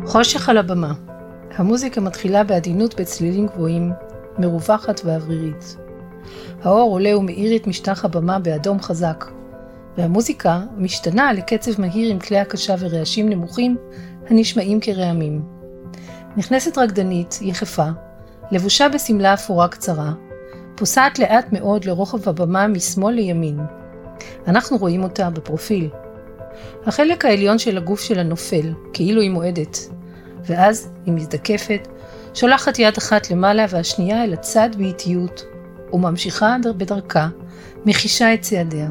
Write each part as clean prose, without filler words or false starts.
חושך על הבמה. המוזיקה מתחילה בעדינות בצלילים גבוהים, מרווחת ואוורירית. האור עולה ומאיר את משטח הבמה באדום חזק, והמוזיקה משתנה לקצב מהיר עם כלי הקשה ורעשים נמוכים הנשמעים כרעמים. נכנסת רקדנית, יחפה, לבושה בסמלה אפורה קצרה, פוסעת לאט מאוד לרוחב הבמה משמאל לימין. אנחנו רואים אותה בפרופיל. החלק העליון של הגוף שלה נופל, כאילו היא מועדת, ואז היא מזדקפת, שולחת יד אחת למעלה והשנייה אל הצד באיטיות, וממשיכה בדרכה, מחישה את צעדיה.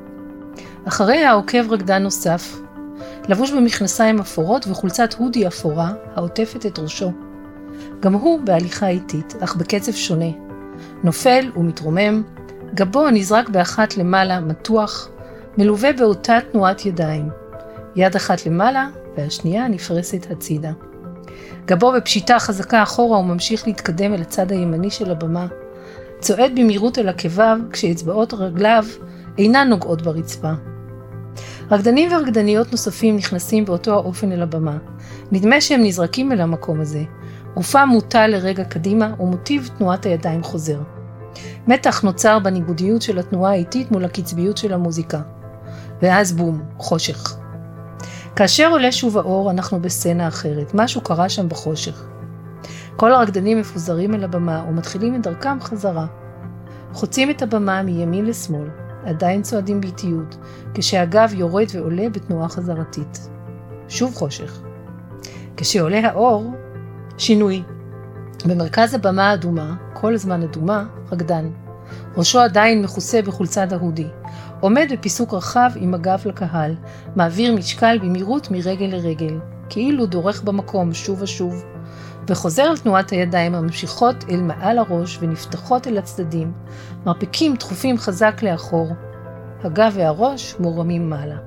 אחריה עוקב רקדן נוסף, לבוש במכנסיים אפורות וחולצת הודי אפורה העוטפת את ראשו. גם הוא בהליכה איטית, אך בקצב שונה. נופל ומתרומם, גבו נזרק באחת למעלה, מתוח, מלווה באותה תנועת ידיים. יד אחת למעלה והשנייה נפרסת הצידה. גבו בפשיטה חזקה אחורה וממשיך להתקדם אל הצד הימני של הבמה. צועד במהירות אל עקביו כשאצבעות רגליו אינן נוגעות ברצפה. רקדנים ורקדניות נוספים נכנסים באותו האופן אל הבמה. נדמה שהם נזרקים אל המקום הזה. גופם מוטל לרגע קדימה ומוטיב תנועת הידיים חוזר. מתח נוצר בניגודיות של התנועה האיטית מול הקצביות של המוזיקה. ואז בום, חושך. כאשר עולה שוב האור אנחנו בסצנה אחרת, משהו קרה שם בחושך. כל הרקדנים מפוזרים אל הבמה ומתחילים את דרכם חזרה. חוצים את הבמה מימין לשמאל, עדיין צועדים באיטיות, כשהגב יורד ועולה בתנועה חזרתית. שוב חושך. כשעולה האור, שינוי. במרכז הבמה האדומה, כל הזמן אדומה, רקדן. ראשו עדיין מכוסה בחולצת ההודי. עומד בפיסוק רחב עם הגב לקהל, מעביר משקל במהירות מרגל לרגל, כאילו דורך במקום שוב ושוב, וחוזר על תנועת הידיים הממשיכות אל מעל הראש ונפתחות אל הצדדים, מרפקים דחופים חזק לאחור, הגב והראש מורמים מעלה.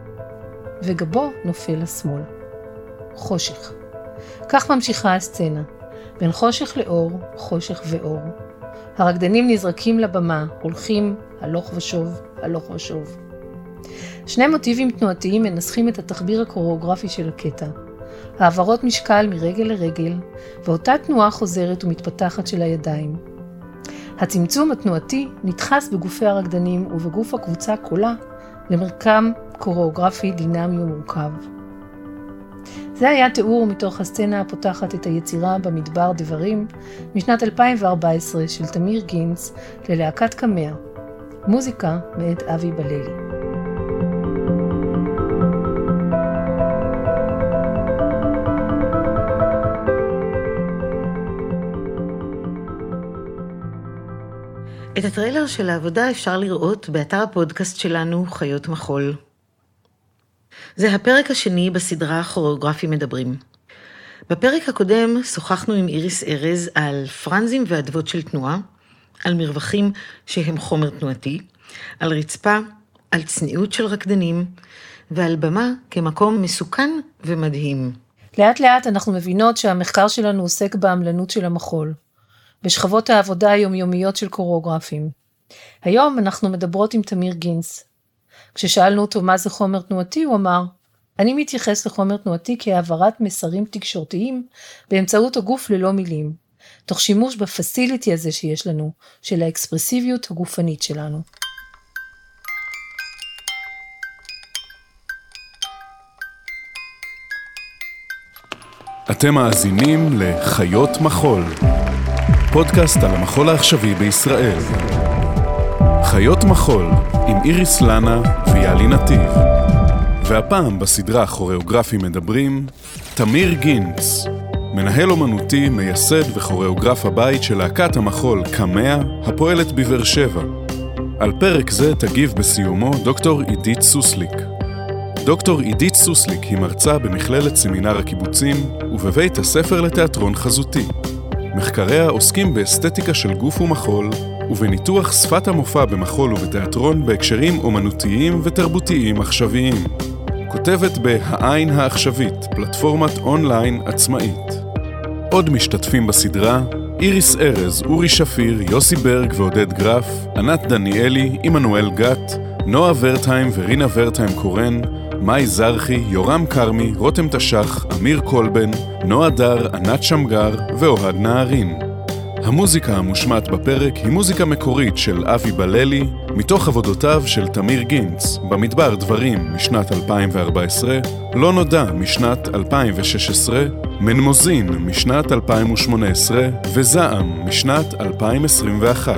וגבו נופל לשמאל. חושך. כך ממשיכה הסצנה, בין חושך לאור, חושך ואור. הרקדנים נזרקים לבמה, הולכים הלוך ושוב, הלוך ושוב. שני מוטיבים תנועתיים מנסחים את התחביר הקוריאוגרפי של הקטע. העברות משקל מרגל לרגל, ואותה תנועה חוזרת ומתפתחת של הידיים. הצמצום התנועתי נדחס בגופי הרקדנים ובגוף הקבוצה כולה למרקם קוריאוגרפי דינמי ומורכב. זה היה תיאור מתוך הסצנה הפותחת את היצירה במדבר דברים משנת 2014 של תמיר גינץ ללהקת קמע. מוזיקה מאת אבי בללי. את הטריילר של העבודה אפשר לראות באתר הפודקאסט שלנו חיות מחול. זה הפרק השני בסדרה כוריאוגרפים מדברים. בפרק הקודם שוחחנו עם איריס ארז על פרנזים ואדוות של תנועה, על מרווחים שהם חומר תנועתי, על רצפה, על צניעות של רקדנים, ועל במה כמקום מסוכן ומדהים. לאט לאט אנחנו מבינות שהמחקר שלנו עוסק בעמלנות של המחול, בשכבות העבודה היומיומיות של קוריאוגרפים. היום אנחנו מדברות עם תמיר גינץ. כששאלנו אותו מה זה חומר תנועתי, הוא אמר, אני מתייחס לחומר תנועתי כהעברת מסרים תקשורתיים באמצעות הגוף ללא מילים, תוך שימוש בפסיליטי הזה שיש לנו, של האקספרסיביות הגופנית שלנו. אתם מאזינים לחיות מחול, פודקאסט על המחול העכשווי בישראל. חיות מחול עם איריס לנה ויאלי נתיב. והפעם בסדרה כוריאוגרפים מדברים, תמיר גינץ, מנהל אומנותי, מייסד וכוריאוגרף הבית של להקת המחול קמע, הפועלת בבאר שבע. על פרק זה תגיב בסיומו דוקטור עידית סוסליק. דוקטור עידית סוסליק היא מרצה במכללת סמינר הקיבוצים ובבית הספר לתיאטרון חזותי. מחקריה עוסקים באסתטיקה של גוף ומחול, ובניתוח שפת המופע במחול ובתיאטרון בהקשרים אומנותיים ותרבותיים עכשוויים. כותבת בהעין העכשווית, פלטפורמת אונליין עצמאית. עוד משתתפים בסדרה, איריס ארז, אורי שפיר, יוסי ברג ועודד גרף, ענת דניאלי, עמנואל גת, נועה ורטהיים ורינה ורטהיים קורן, מאי זרחי, יורם קרמי, רותם תשח, אמיר קולבן, נועה דר, ענת שמגר ואוהד נהרין. המוזיקה המושמעת בפרק היא מוזיקה מקורית של אבי בללי, מתוך עבודותיו של תמיר גינץ, במדבר דברים משנת 2014, לא נודע משנת 2016, מנמוזין משנת 2018 וזעם משנת 2021.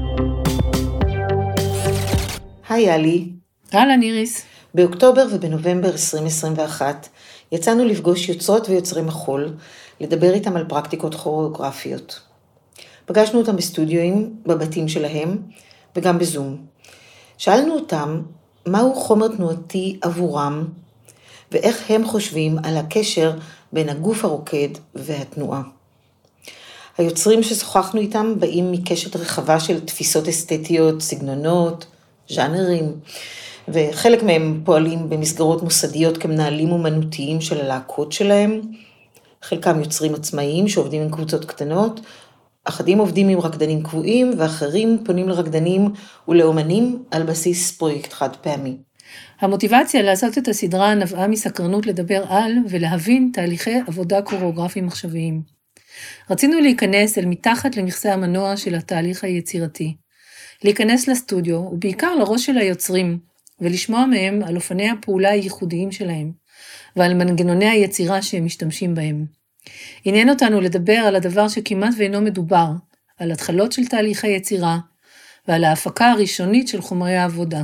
היי יאלי. אהלן איריס. באוקטובר ובנובמבר 2021 יצאנו לפגוש יוצרות ויוצרי מחול, לדבר איתם על פרקטיקות כוריאוגרפיות. פגשנו אותם בסטודיואים, בבתים שלהם, וגם בזום. שאלנו אותם מהו חומר תנועתי עבורם, ואיך הם חושבים על הקשר בין הגוף הרוקד והתנועה. היוצרים ששוחחנו איתם באים מקשת רחבה של תפיסות אסתטיות, סגנונות, ז'אנרים, וחלק מהם פועלים במסגרות מוסדיות כמנהלים אומנותיים של הלהקות שלהם, חלקם יוצרים עצמאיים שעובדים עם קבוצות קטנות, אחדים עובדים עם רקדנים קבועים, ואחרים פונים לרקדנים ולאומנים על בסיס פרויקט חד פעמי. המוטיבציה לעשות את הסדרה נבעה מסקרנות לדבר על ולהבין תהליכי עבודה קוריאוגרפיים מחשביים. רצינו להיכנס אל מתחת למכסה המנוע של התהליך היצירתי, להיכנס לסטודיו ובעיקר לראש של היוצרים, ולשמוע מהם על אופני הפעולה הייחודיים שלהם, ועל מנגנוני היצירה שהם משתמשים בהם. עניין אותנו לדבר על הדבר שכמעט ואינו מדובר, על התחלות של תהליכי יצירה, ועל ההפקה הראשונית של חומרי העבודה.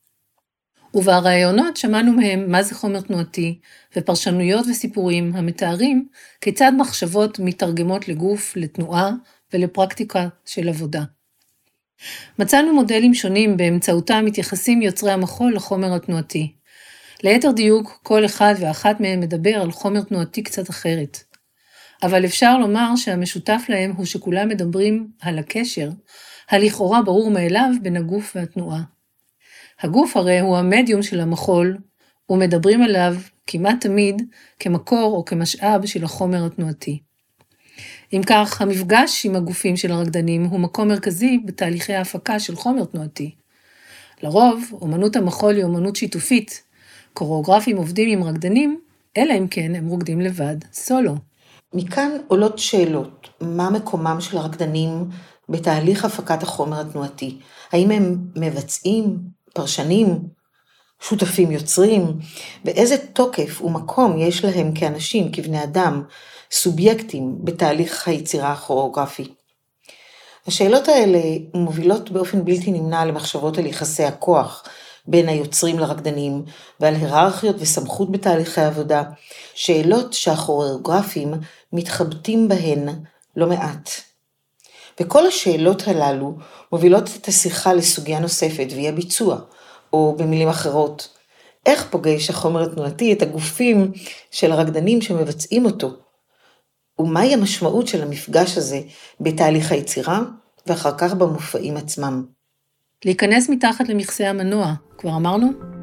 ובהרעיונות שמענו מהם מה זה חומר תנועתי, ופרשנויות וסיפורים המתארים כיצד מחשבות מתרגמות לגוף, לתנועה ולפרקטיקה של עבודה. מצאנו מודלים שונים באמצעותם מתייחסים יוצרי המחול לחומר התנועתי. ליתר דיוק, כל אחד ואחת מהם מדבר על חומר תנועתי קצת אחרת. אבל אפשר לומר שהמשותף להם הוא שכולם מדברים על הקשר, הלכאורה ברור מאליו בין הגוף והתנועה. הגוף הרי הוא המדיום של המחול, ומדברים עליו כמעט תמיד כמקור או כמשאב של החומר התנועתי. אם כך, המפגש עם הגופים של הרקדנים הוא מקום מרכזי בתהליכי ההפקה של חומר תנועתי. לרוב, אומנות המחול היא אומנות שיתופית. קוריאוגרפים עובדים עם רקדנים, אלא אם כן הם רוקדים לבד, סולו. מכאן עולות שאלות, מה מקומם של הרקדנים בתהליך הפקת החומר התנועתי? האם הם מבצעים, פרשנים, שותפים יוצרים? ואיזה תוקף ומקום יש להם כאנשים, כבני אדם, סובייקטים בתהליך היצירה הכוריאוגרפי? השאלות האלה מובילות באופן בלתי נמנע למחשבות על יחסי הכוח בין היוצרים לרקדנים, ועל היררכיות וסמכות בתהליכי עבודה, שאלות שהכוריאוגרפים מתחבטים בהן לא מעט. וכל השאלות הללו מובילות את השיחה לסוגיה נוספת, והיא הביצוע, או במילים אחרות, איך פוגש החומר התנועתי את הגופים של הרקדנים שמבצעים אותו, ומהי המשמעות של המפגש הזה בתהליך היצירה, ואחר כך במופעים עצמם. להיכנס מתחת למכסה המנוע, כבר אמרנו?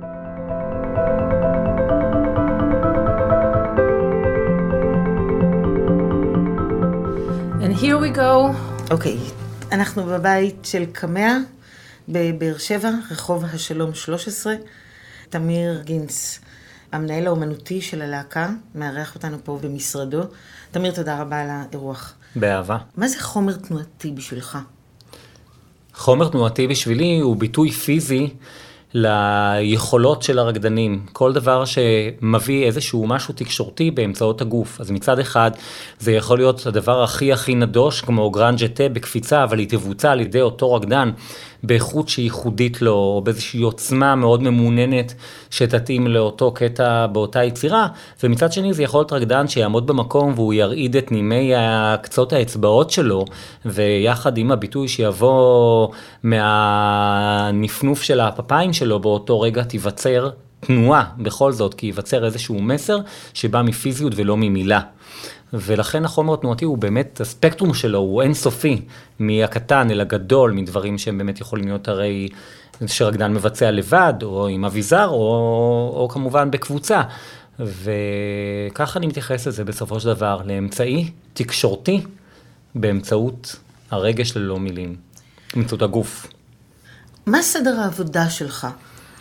And here we go. אוקיי, אנחנו בבית של קמע, בבאר שבע, רחוב השלום 13. תמיר גינץ, המנהל האומנותי של הלהקה, מארח אותנו פה במשרדו. תמיר, תודה רבה על האירוח. באהבה. מה זה חומר תנועתי בשבילך? חומר תנועתי בשבילי הוא ביטוי פיזי ליכולות של הרקדנים. כל דבר שמביא איזשהו משהו תקשורתי באמצעות הגוף. אז מצד אחד זה יכול להיות הדבר הכי נדוש, כמו גרנד ג'טה בקפיצה, אבל היא תבוצע על ידי אותו רקדן באיכות שהיא ייחודית לו, או באיזושהי עוצמה מאוד ממוננת שתתאים לאותו קטע באותה יצירה. ומצד שני זה יכול להיות רקדן שיעמוד במקום והוא ירעיד את נימי קצות האצבעות שלו, ויחד עם הביטוי שיבוא מהנפנוף של הפפיים שלו, באותו רגע תיווצר תנועה בכל זאת, כי ייווצר איזשהו מסר שבא מפיזיות ולא ממילה. ולכן החומר התנועתי הוא באמת, הספקטרום שלו הוא אינסופי, מהקטן אל הגדול, מדברים שהם באמת יכולים להיות הרי שרקדן מבצע לבד, או עם אביזר, או כמובן בקבוצה. וככה אני מתייחס לזה בסופו של דבר, לאמצעי תקשורתי, באמצעות הרגש ללא מילים, באמצעות הגוף. מה סדר העבודה שלך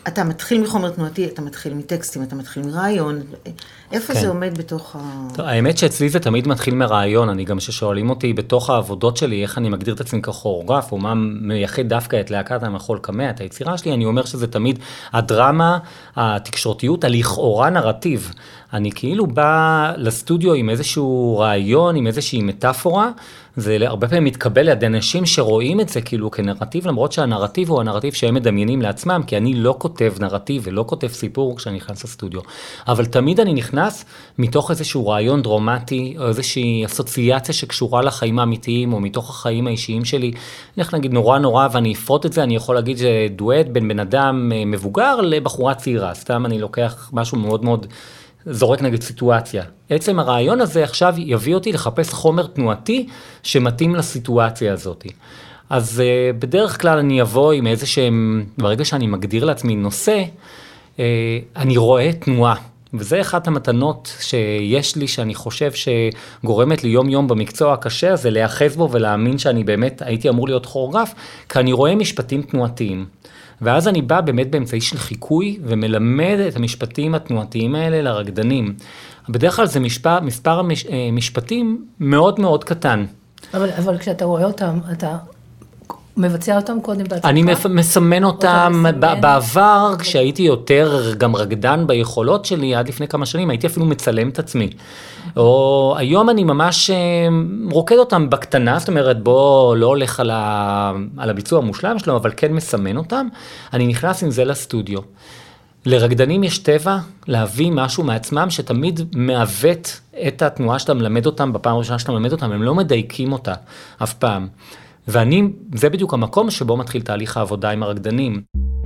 אתה מתחיל מחומר תנועתי, אתה מתחיל מטקסטים, אתה מתחיל מרעיון, איפה זה עומד בתוך טוב, האמת שאצלי זה תמיד מתחיל מרעיון, אני גם ששואלים אותי בתוך העבודות שלי, איך אני מגדיר את עצמי ככוריאוגרף, או מה מייחד דווקא את להקת המחול קמע, את היצירה שלי, אני אומר שזה תמיד הדרמה, התקשורתיות, הלכאורה נרטיב. אני כאילו בא לסטודיו עם איזשהו רעיון, עם איזושהי מטאפורה, זה הרבה פעמים מתקבל ליד אנשים שרואים את זה כאילו כנרטיב, למרות שהנרטיב הוא הנרטיב שהם מדמיינים לעצמם, כי אני לא כותב נרטיב ולא כותב סיפור כשאני נכנס לסטודיו. אבל תמיד אני נכנס מתוך איזשהו רעיון דרמטי, או איזושהי אסוציאציה שקשורה לחיים האמיתיים, או מתוך החיים האישיים שלי. אני נגיד נורא, ואני אפרוט את זה, אני יכול להגיד שזה דואט בין בן אדם מבוגר לבחורה צעירה. סתם אני לוקח משהו מאוד מאוד זורק נגיד סיטואציה. עצם הרעיון הזה עכשיו יביא אותי לחפש חומר תנועתי שמתאים לסיטואציה הזאת. אז בדרך כלל אני אבוא עם איזה שהם, ברגע שאני מגדיר לעצמי נושא, אני רואה תנועה. וזה אחת המתנות שיש לי, שאני חושב שגורמת לי יום יום במקצוע הקשה הזה, להיאחז בו ולהאמין שאני באמת הייתי אמור להיות כוריאוגרף, כי אני רואה משפטים תנועתיים. ואז אני בא באמת באמצעי של חיקוי, ומלמד את המשפטים התנועתיים האלה לרקדנים. בדרך כלל זה מספר משפטים מאוד מאוד קטן. אבל כשאתה רואה אותם, אתה מבצע אותם קודם בעצמך? אני מסמן אותם בעבר, כשהייתי יותר גם רקדן ביכולות שלי, עד לפני כמה שנים, הייתי אפילו מצלם את עצמי. או היום אני ממש רוקד אותם בקטנה, זאת אומרת, בוא לא הולך על הביצוע המושלם שלו, אבל כן מסמן אותם. אני נכנס עם זה לסטודיו. לרקדנים יש טבע להביא משהו מעצמם שתמיד מעוות את התנועה שאתה מלמד אותם, בפעם הראשונה שאתה מלמד אותם, הם לא מדייקים אותה אף פעם. זה בדיוק המקום שבו מתחיל תהליך העבודה עם הרקדנים.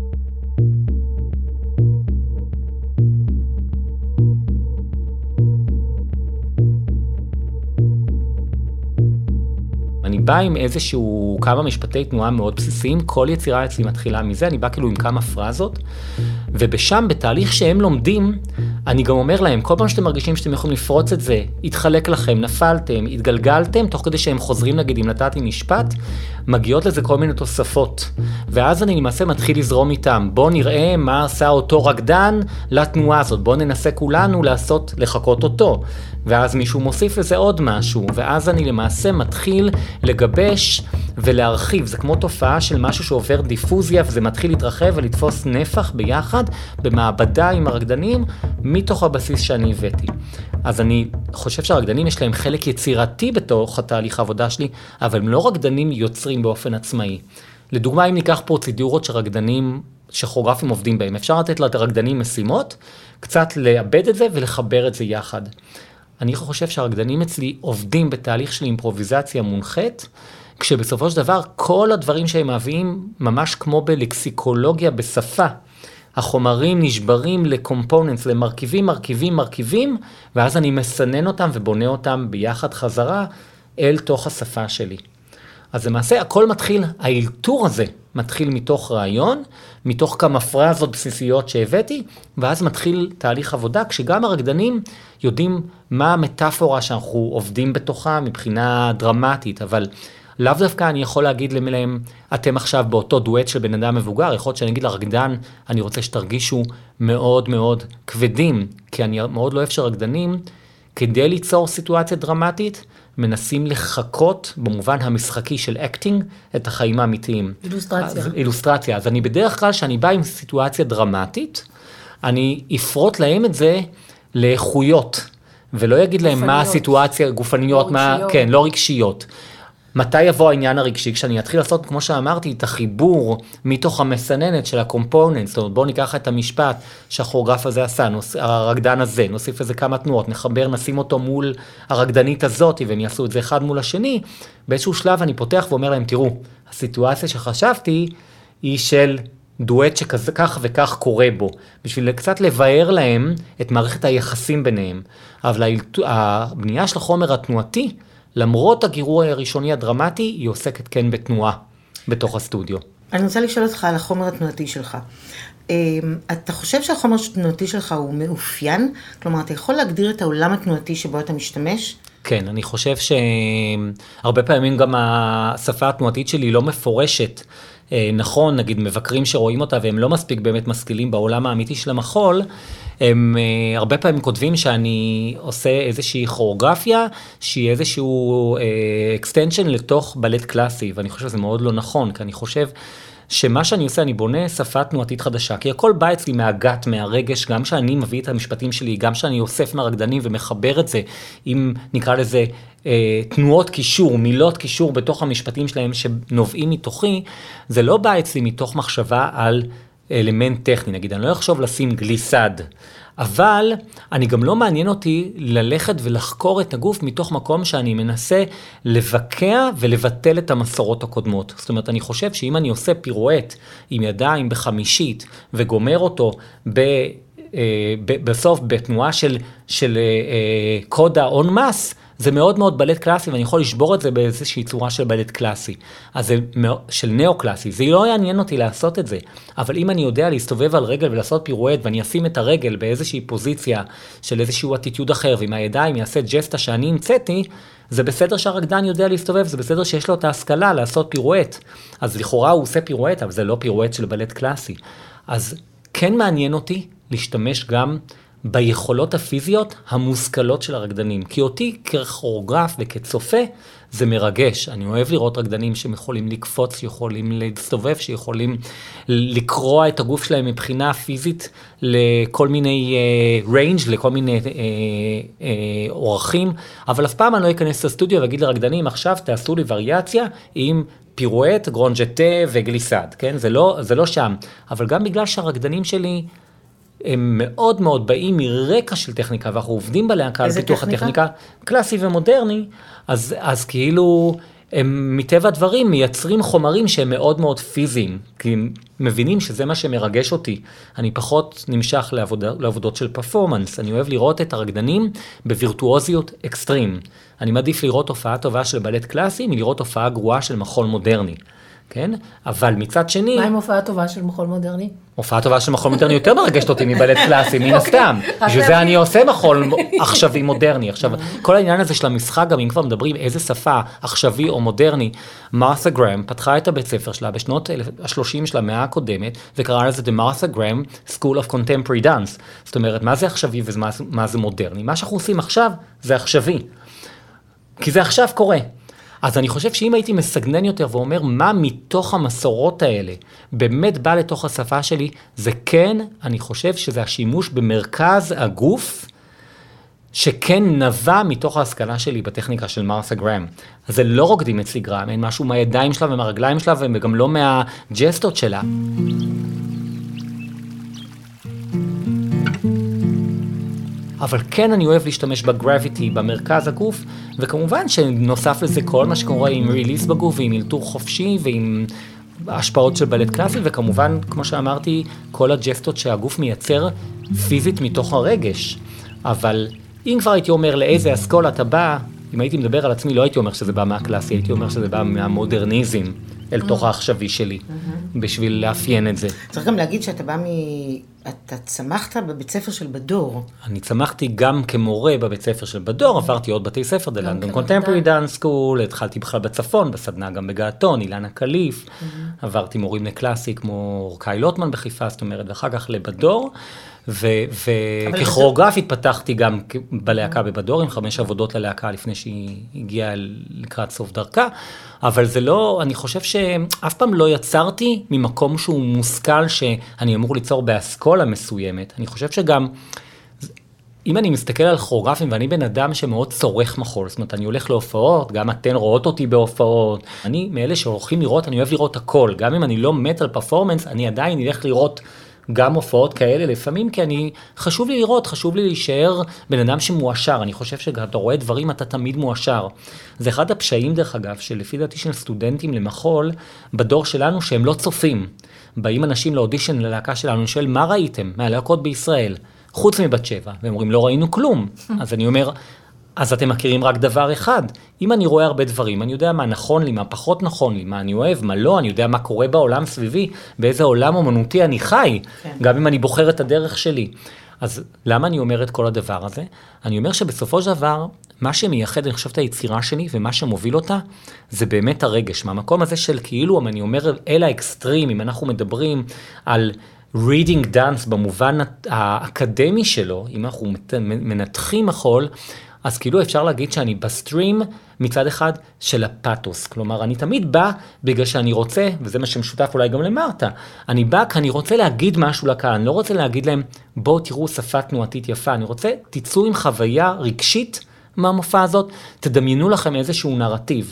אני בא עם איזשהו כמה משפטי תנועה מאוד בסיסיים, כל יצירה אצלי מתחילה מזה, אני בא כאילו עם כמה פרזות, ובשם, בתהליך שהם לומדים, אני גם אומר להם, כל פעם שאתם מרגישים שאתם יכולים לפרוץ את זה, התחלק לכם, נפלתם, התגלגלתם, תוך כדי שהם חוזרים, נגיד, אם נתתי משפט, מגיעות לזה כל מיני תוספות. ואז אני למעשה מתחיל לזרום איתם, בוא נראה מה עשה אותו רקדן לתנועה הזאת, בוא ננסה כולנו לחכות אותו. ואז מישהו מוסיף לזה עוד משהו, ואז אני למעשה מתחיל לגבש ולהרחיב. זה כמו תופעה של משהו שעובר דיפוזיה, וזה מתחיל להתרחב ולתפוס נפח ביחד, במעבדה עם הרקדנים, מתוך הבסיס שאני הבאתי. אז אני חושב שהרקדנים יש להם חלק יצירתי בתוך התהליך העבודה שלי, אבל הם לא רקדנים יוצרים באופן עצמאי. לדוגמה, אם ניקח פרוצדורות שרקדנים, שכוריאוגרפים עובדים בהם, אפשר לתת לרקדנים משימות, קצת לאבד את זה ולחבר את זה יחד. אני חושב שהרקדנים אצלי עובדים בתהליך של אימפרוביזציה מונחית, כשבסופו של דבר כל הדברים שהם מביאים ממש כמו בלקסיקולוגיה בשפה. החומרים נשברים לקומפוננטס, למרכיבים, ואז אני מסנן אותם ובונה אותם ביחד חזרה אל תוך השפה שלי. אז למעשה הכל מתחיל, האלתור הזה מתחיל מתוך רעיון, מתוך כמה פרזות בסיסיות שהבאתי, ואז מתחיל תהליך עבודה, כשגם הרקדנים יודעים מה המטאפורה שאנחנו עובדים בתוכה מבחינה דרמטית, אבל לאו דווקא אני יכול להגיד להם, אתם עכשיו באותו דואט של בן אדם מבוגר, יכול להיות שאני אגיד לרקדן, אני רוצה שתרגישו מאוד מאוד כבדים, כי אני מאוד לא אוהב שרקדנים, כדי ליצור סיטואציה דרמטית, מנסים לחכות במובן המשחקי של אקטינג את החיים האמיתיים. אילוסטרציה. אז אני בדרך כלל, שאני בא עם סיטואציה דרמטית, אני אפרוט להם את זה לאיכויות, ולא יגיד להם מה הסיטואציה, גופניות, לא רגשיות. מתי יבוא העניין הרגשי? כשאני אתחיל לעשות, כמו שאמרתי, את החיבור מתוך המסננת של הקומפוננט, זאת אומרת, בואו ניקח את המשפט שהכוריאוגרף הזה עשה, הרקדן הזה, נוסיף איזה כמה תנועות, נחבר, נשים אותו מול הרקדנית הזאת, והם יעשו את זה אחד מול השני, באיזשהו שלב אני פותח ואומר להם, תראו, הסיטואציה שחשבתי היא של דואט שכך וכך קורה בו, בשביל קצת לבאר להם את מערכת היחסים ביניהם. אבל הבנייה של החומר התנועתי, למרות הגירוי הראשוני הדרמטי, היא עוסקת כן בתנועה בתוך הסטודיו. אני רוצה לשאול אותך על החומר התנועתי שלך. אתה חושב שהחומר התנועתי שלך הוא מאופיין? כלומר, אתה יכול להגדיר את העולם התנועתי שבו אתה משתמש? כן, אני חושב שהרבה פעמים גם השפה התנועתית שלי לא מפורשת נכון, נגיד מבקרים שרואים אותה והם לא מספיק באמת משכילים בעולם האמיתי של המחול, הם הרבה פעמים כותבים שאני עושה איזושהי כוריאוגרפיה, שהיא איזשהו extension לתוך בלט קלאסי, ואני חושב שזה מאוד לא נכון, כי אני חושב שמה שאני עושה, אני בונה שפה תנועתית חדשה, כי הכל בא אצלי מהגת, מהרגש, גם שאני מביא את המשפטים שלי, גם שאני אוסף מהרקדנים ומחבר את זה, אם נקרא לזה תנועות קישור, מילות קישור בתוך המשפטים שלהם שנובעים מתוכי, זה לא בא אצלי מתוך מחשבה על אלמנט טכני, נגיד, אני לא אחשוב לשים גליסד, אבל אני גם לא מעניין אותי ללכת ולחקור את הגוף מתוך מקום שאני מנסה לבקע ולבטל את המסורות הקודמות. זאת אומרת, אני חושב שאם אני עושה פירואט עם ידיים בחמישית וגומר אותו בסוף בתנועה של קודה און מס, זה מאוד מאוד בלט קלאסי, ואני יכול לשבור את זה באיזושהי צורה של בלט קלאסי. אז זה של נאו-קלאסי. זה לא יעניין אותי לעשות את זה. אבל אם אני יודע להסתובב על רגל ולעשות פירואט, ואני אשים את הרגל באיזושהי פוזיציה של איזשהו אטיטיוד אחר, ועם הידיים יעשה ג'סטה שאני המצאתי, זה בסדר שהרקדן יודע להסתובב, זה בסדר שיש לו את ההשכלה לעשות פירואט. אז לכאורה הוא עושה פירואט, אבל זה לא פירואט של בלט קלאסי. אז כן מעניין אותי להשתמש גם ביכולות הפיזיות המושכלות של הרקדנים. כי אותי ככוריאוגרף וכצופה זה מרגש. אני אוהב לראות רקדנים שיכולים לקפוץ, שיכולים להסתובב, שיכולים לקרוע את הגוף שלהם מבחינה פיזית לכל מיני ריינג', לכל מיני אורחים, אבל אף פעם אני לא אכנס לסטודיו ואגיד לרקדנים, עכשיו תעשו לי וריאציה עם פירואט, גרונג'טה וגליסד, כן? זה לא שם. אבל גם בגלל שהרקדנים שלי הם מאוד מאוד באים מרקע של טכניקה, ואנחנו עובדים בלהקה על פיתוח הטכניקה, קלאסי ומודרני, אז כאילו הם מטבע הדברים מייצרים חומרים שהם מאוד מאוד פיזיים, כי הם מבינים שזה מה שמרגש אותי. אני פחות נמשך לעבודות של פרפורמנס, אני אוהב לראות את הרקדנים בווירטואוזיות אקסטרים. אני מעדיף לראות הופעה טובה של בלט קלאסי, מלראות הופעה גרועה של מחול מודרני. כן? אבל מצד שני... מה עם הופעה טובה של מחול מודרני? הופעה טובה של מחול מודרני יותר מרגשת אותי מבלט קלאסי, מן הסתם. בשביל זה אני עושה מחול עכשווי מודרני. עכשיו, כל העניין הזה של המשחק, גם אם כבר מדברים איזה שפה, עכשווי או מודרני, מרת'ה גרם פתחה את הבית ספר שלה בשנות ה-30 של המאה הקודמת, וקראה לזה The Martha Graham School of Contemporary Dance. זאת אומרת, מה זה עכשווי ומה זה מודרני? מה שאנחנו עושים עכשיו זה עכשווי. כי זה עכשיו קורה. אז אני חושב שאם הייתי מסגנן יותר ואומר מה מתוך המסורות האלה באמת בא לתוך השפה שלי, זה כן, אני חושב שזה השימוש במרכז הגוף, שכן נבע מתוך ההשכלה שלי בטכניקה של מרת'ה גרם. אז זה לא רוקדים אצלי גרם, אין משהו מהידיים שלה ומהרגליים שלה, וגם לא מהג'סטות שלה. אבל כן אני אוהב להשתמש בגרביטי, במרכז הגוף, וכמובן שנוסף לזה כל מה שקורה עם ריליס בגוף, ועם אלתור חופשי, ועם השפעות של בלט קלאסי, וכמובן, כמו שאמרתי, כל הג'סטות שהגוף מייצר פיזית מתוך הרגש. אבל אם כבר הייתי אומר לאיזה אסכולה אתה בא, אם הייתי מדבר על עצמי, לא הייתי אומר שזה בא מהקלאסי, הייתי אומר שזה בא מהמודרניזם, אל תוך העכשווי שלי, בשביל לאפיין את זה. צריך גם להגיד שאתה בא אתה צמחת בבית ספר של בדור. אני צמחתי גם כמורה בבית ספר של בדור, עברתי עוד בתי ספר, The London Contemporary Dance School, התחלתי בכלל בצפון, בסדנה גם בגעתון, אילנה קליף, עברתי מורים לקלאסי כמו אורקאי לוטמן בחיפה, זאת אומרת, ואחר כך לבדור, וככוריאוגרף התפתחתי גם בלהקה בבדור, עם 5 עבודות ללהקה לפני שהיא הגיעה לקראת סוף דרכה, אבל זה לא, אני חושב שאף פעם לא יצרתי ממקום שהוא מושכל שאני אמור ליצור באסכולה מסוימת. אני חושב שגם, אם אני מסתכל על כוריאוגרפים, ואני בן אדם שמאוד צורך מחול, זאת אומרת, אני הולך להופעות, גם אתן רואות אותי בהופעות, אני מאלה שהולכים לראות, אני אוהב לראות הכל, גם אם אני לא מת על פרפורמנס, אני עדיין אלך לראות גם הופעות כאלה לפעמים, כי חשוב לי לראות, חשוב לי להישאר בן אדם שמואשר. אני חושב שאתה רואה דברים, אתה תמיד מואשר. זה אחד הפשעים, דרך אגב, שלפי דעתי של סטודנטים למחול, בדור שלנו שהם לא צופים. באים אנשים לאודישן ללהקה שלנו, אני שואל, מה ראיתם מהלהקות בישראל? חוץ מבת שבע. והם אומרים, לא ראינו כלום. אז אני אומר, אז אתם מכירים רק דבר אחד. אם אני רואה הרבה דברים, אני יודע מה נכון לי, מה פחות נכון לי, מה אני אוהב, מה לא, אני יודע מה קורה בעולם סביבי, באיזה עולם אומנותי אני חי, גם אם אני בוחר את הדרך שלי. אז למה אני אומר את כל הדבר הזה? אני אומר שבסופו של דבר, מה שמייחד, אני חושב, את היצירה שלי, ומה שמוביל אותה, זה באמת הרגש. מהמקום הזה של כאילו, אני אומר, אל האקסטרים, אם אנחנו מדברים על reading dance במובן האקדמי שלו, אם אנחנו מנתחים מחול, אז כאילו אפשר להגיד שאני בסטרים מצד אחד של הפאטוס. כלומר, אני תמיד בא בגלל שאני רוצה, וזה מה שמשותף אולי גם למרתה, אני בא כי אני רוצה להגיד משהו לקהל, אני לא רוצה להגיד להם, בואו תראו שפה תנועתית יפה, אני רוצה, תצאו עם חוויה רגשית מהמופע הזאת, תדמיינו לכם איזשהו נרטיב.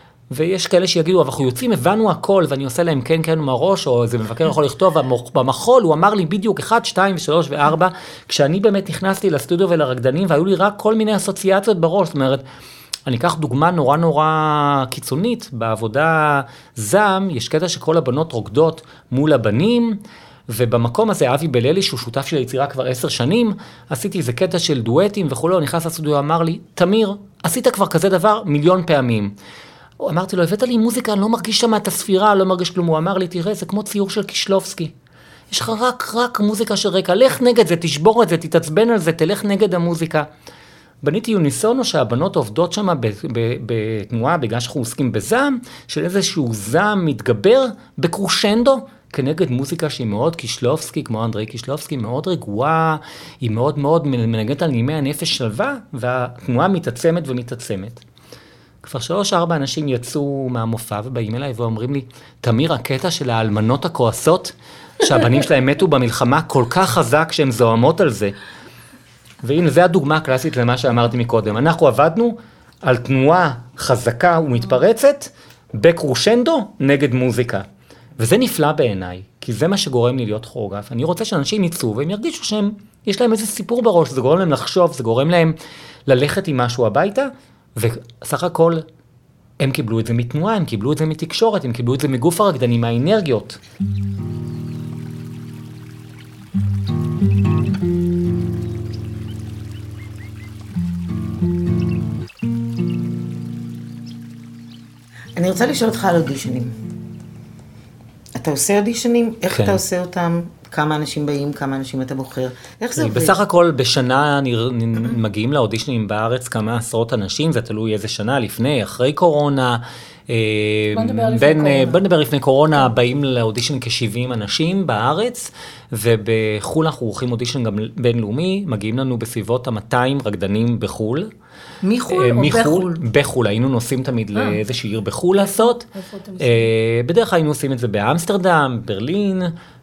ויש כאלה שיגידו, אבל אנחנו יוצאים, הבנו הכל, ואני עושה להם כן, כן מהראש, או איזה מבקר יכול לכתוב, במחול הוא אמר לי בדיוק 1, 2 ו3 ו4, כשאני באמת נכנסתי לסטודיו ולרקדנים, והיו לי רק כל מיני אסוציאציות בראש, זאת אומרת, אני אקח דוגמה נורא נורא קיצונית, בעבודה זם, יש קטע שכל הבנות רוקדות מול הבנים, ובמקום הזה אבי בללי, שהוא שותף של היצירה כבר 10 שנים, עשיתי איזה קטע של דואטים וכו', הוא נכנס לסטודיו, אמר לי, תמיר, עשית כבר כזה דבר 1,000,000 פעמים. אמרתי לו, הבאת לי מוזיקה, אני לא מרגיש שם את הספירה, לא מרגיש כלום. הוא אמר לי, תראה, זה כמו ציור של קישלובסקי. יש לך רק מוזיקה של רקע, לך נגד זה, תשבור את זה, תתעצבן על זה, תלך נגד המוזיקה. בניתי יוניסונו שהבנות עובדות שם בתנועה, בגלל שאנחנו עוסקים בזעם, של איזשהו זעם מתגבר בקרושנדו, כנגד מוזיקה שהיא מאוד קישלובסקי, כמו אנדרי קישלובסקי, מאוד רגועה, היא מאוד מאוד מנגנת על נימי הנפש שלווה, והתנועה מתעצמת ומתעצמת. כבר 3-4 אנשים יצאו מהמופע ובאים אליי ואומרים לי, תמיר, הקטע של האלמנות הכועסות, שהבנים שלהם מתו במלחמה כל כך חזק שהן זוהמות על זה. והנה, זו הדוגמה הקלאסית למה שאמרתי מקודם. אנחנו עבדנו על תנועה חזקה ומתפרצת בקרושנדו נגד מוזיקה. וזה נפלא בעיניי, כי זה מה שגורם לי להיות כוריאוגרף. אני רוצה שאנשים יצאו והם ירגישו שהם, יש להם איזה סיפור בראש, זה גורם להם לחשוב, זה גורם להם ללכת עם משהו הביתה, וסך הכל, הם קיבלו את זה מתנועה, הם קיבלו את זה מתקשורת, הם קיבלו את זה מגוף הרקדנים, מהאנרגיות. אני רוצה לשאול אותך על אודישנים. אתה עושה אודישנים? איך אתה עושה אותם? כמה אנשים באים, כמה אנשים אתה בוחר? איך זה עובד? בסך הכל בשנה מגיעים לאודישנים בארץ כמה עשרות אנשים, זה תלוי איזה שנה, לפני, אחרי קורונה. בוא נדבר לפני קורונה, באים לאודישן כ-70 אנשים בארץ, ובחול אנחנו עורכים אודישן גם בינלאומי, מגיעים לנו בסביבות 200 רקדנים בחול. מחול או בחול? בחול, היינו נוסעים תמיד לאיזושהי עיר בחול לעשות. בדרך כלל היינו עושים את זה באמסטרדם, ברלין.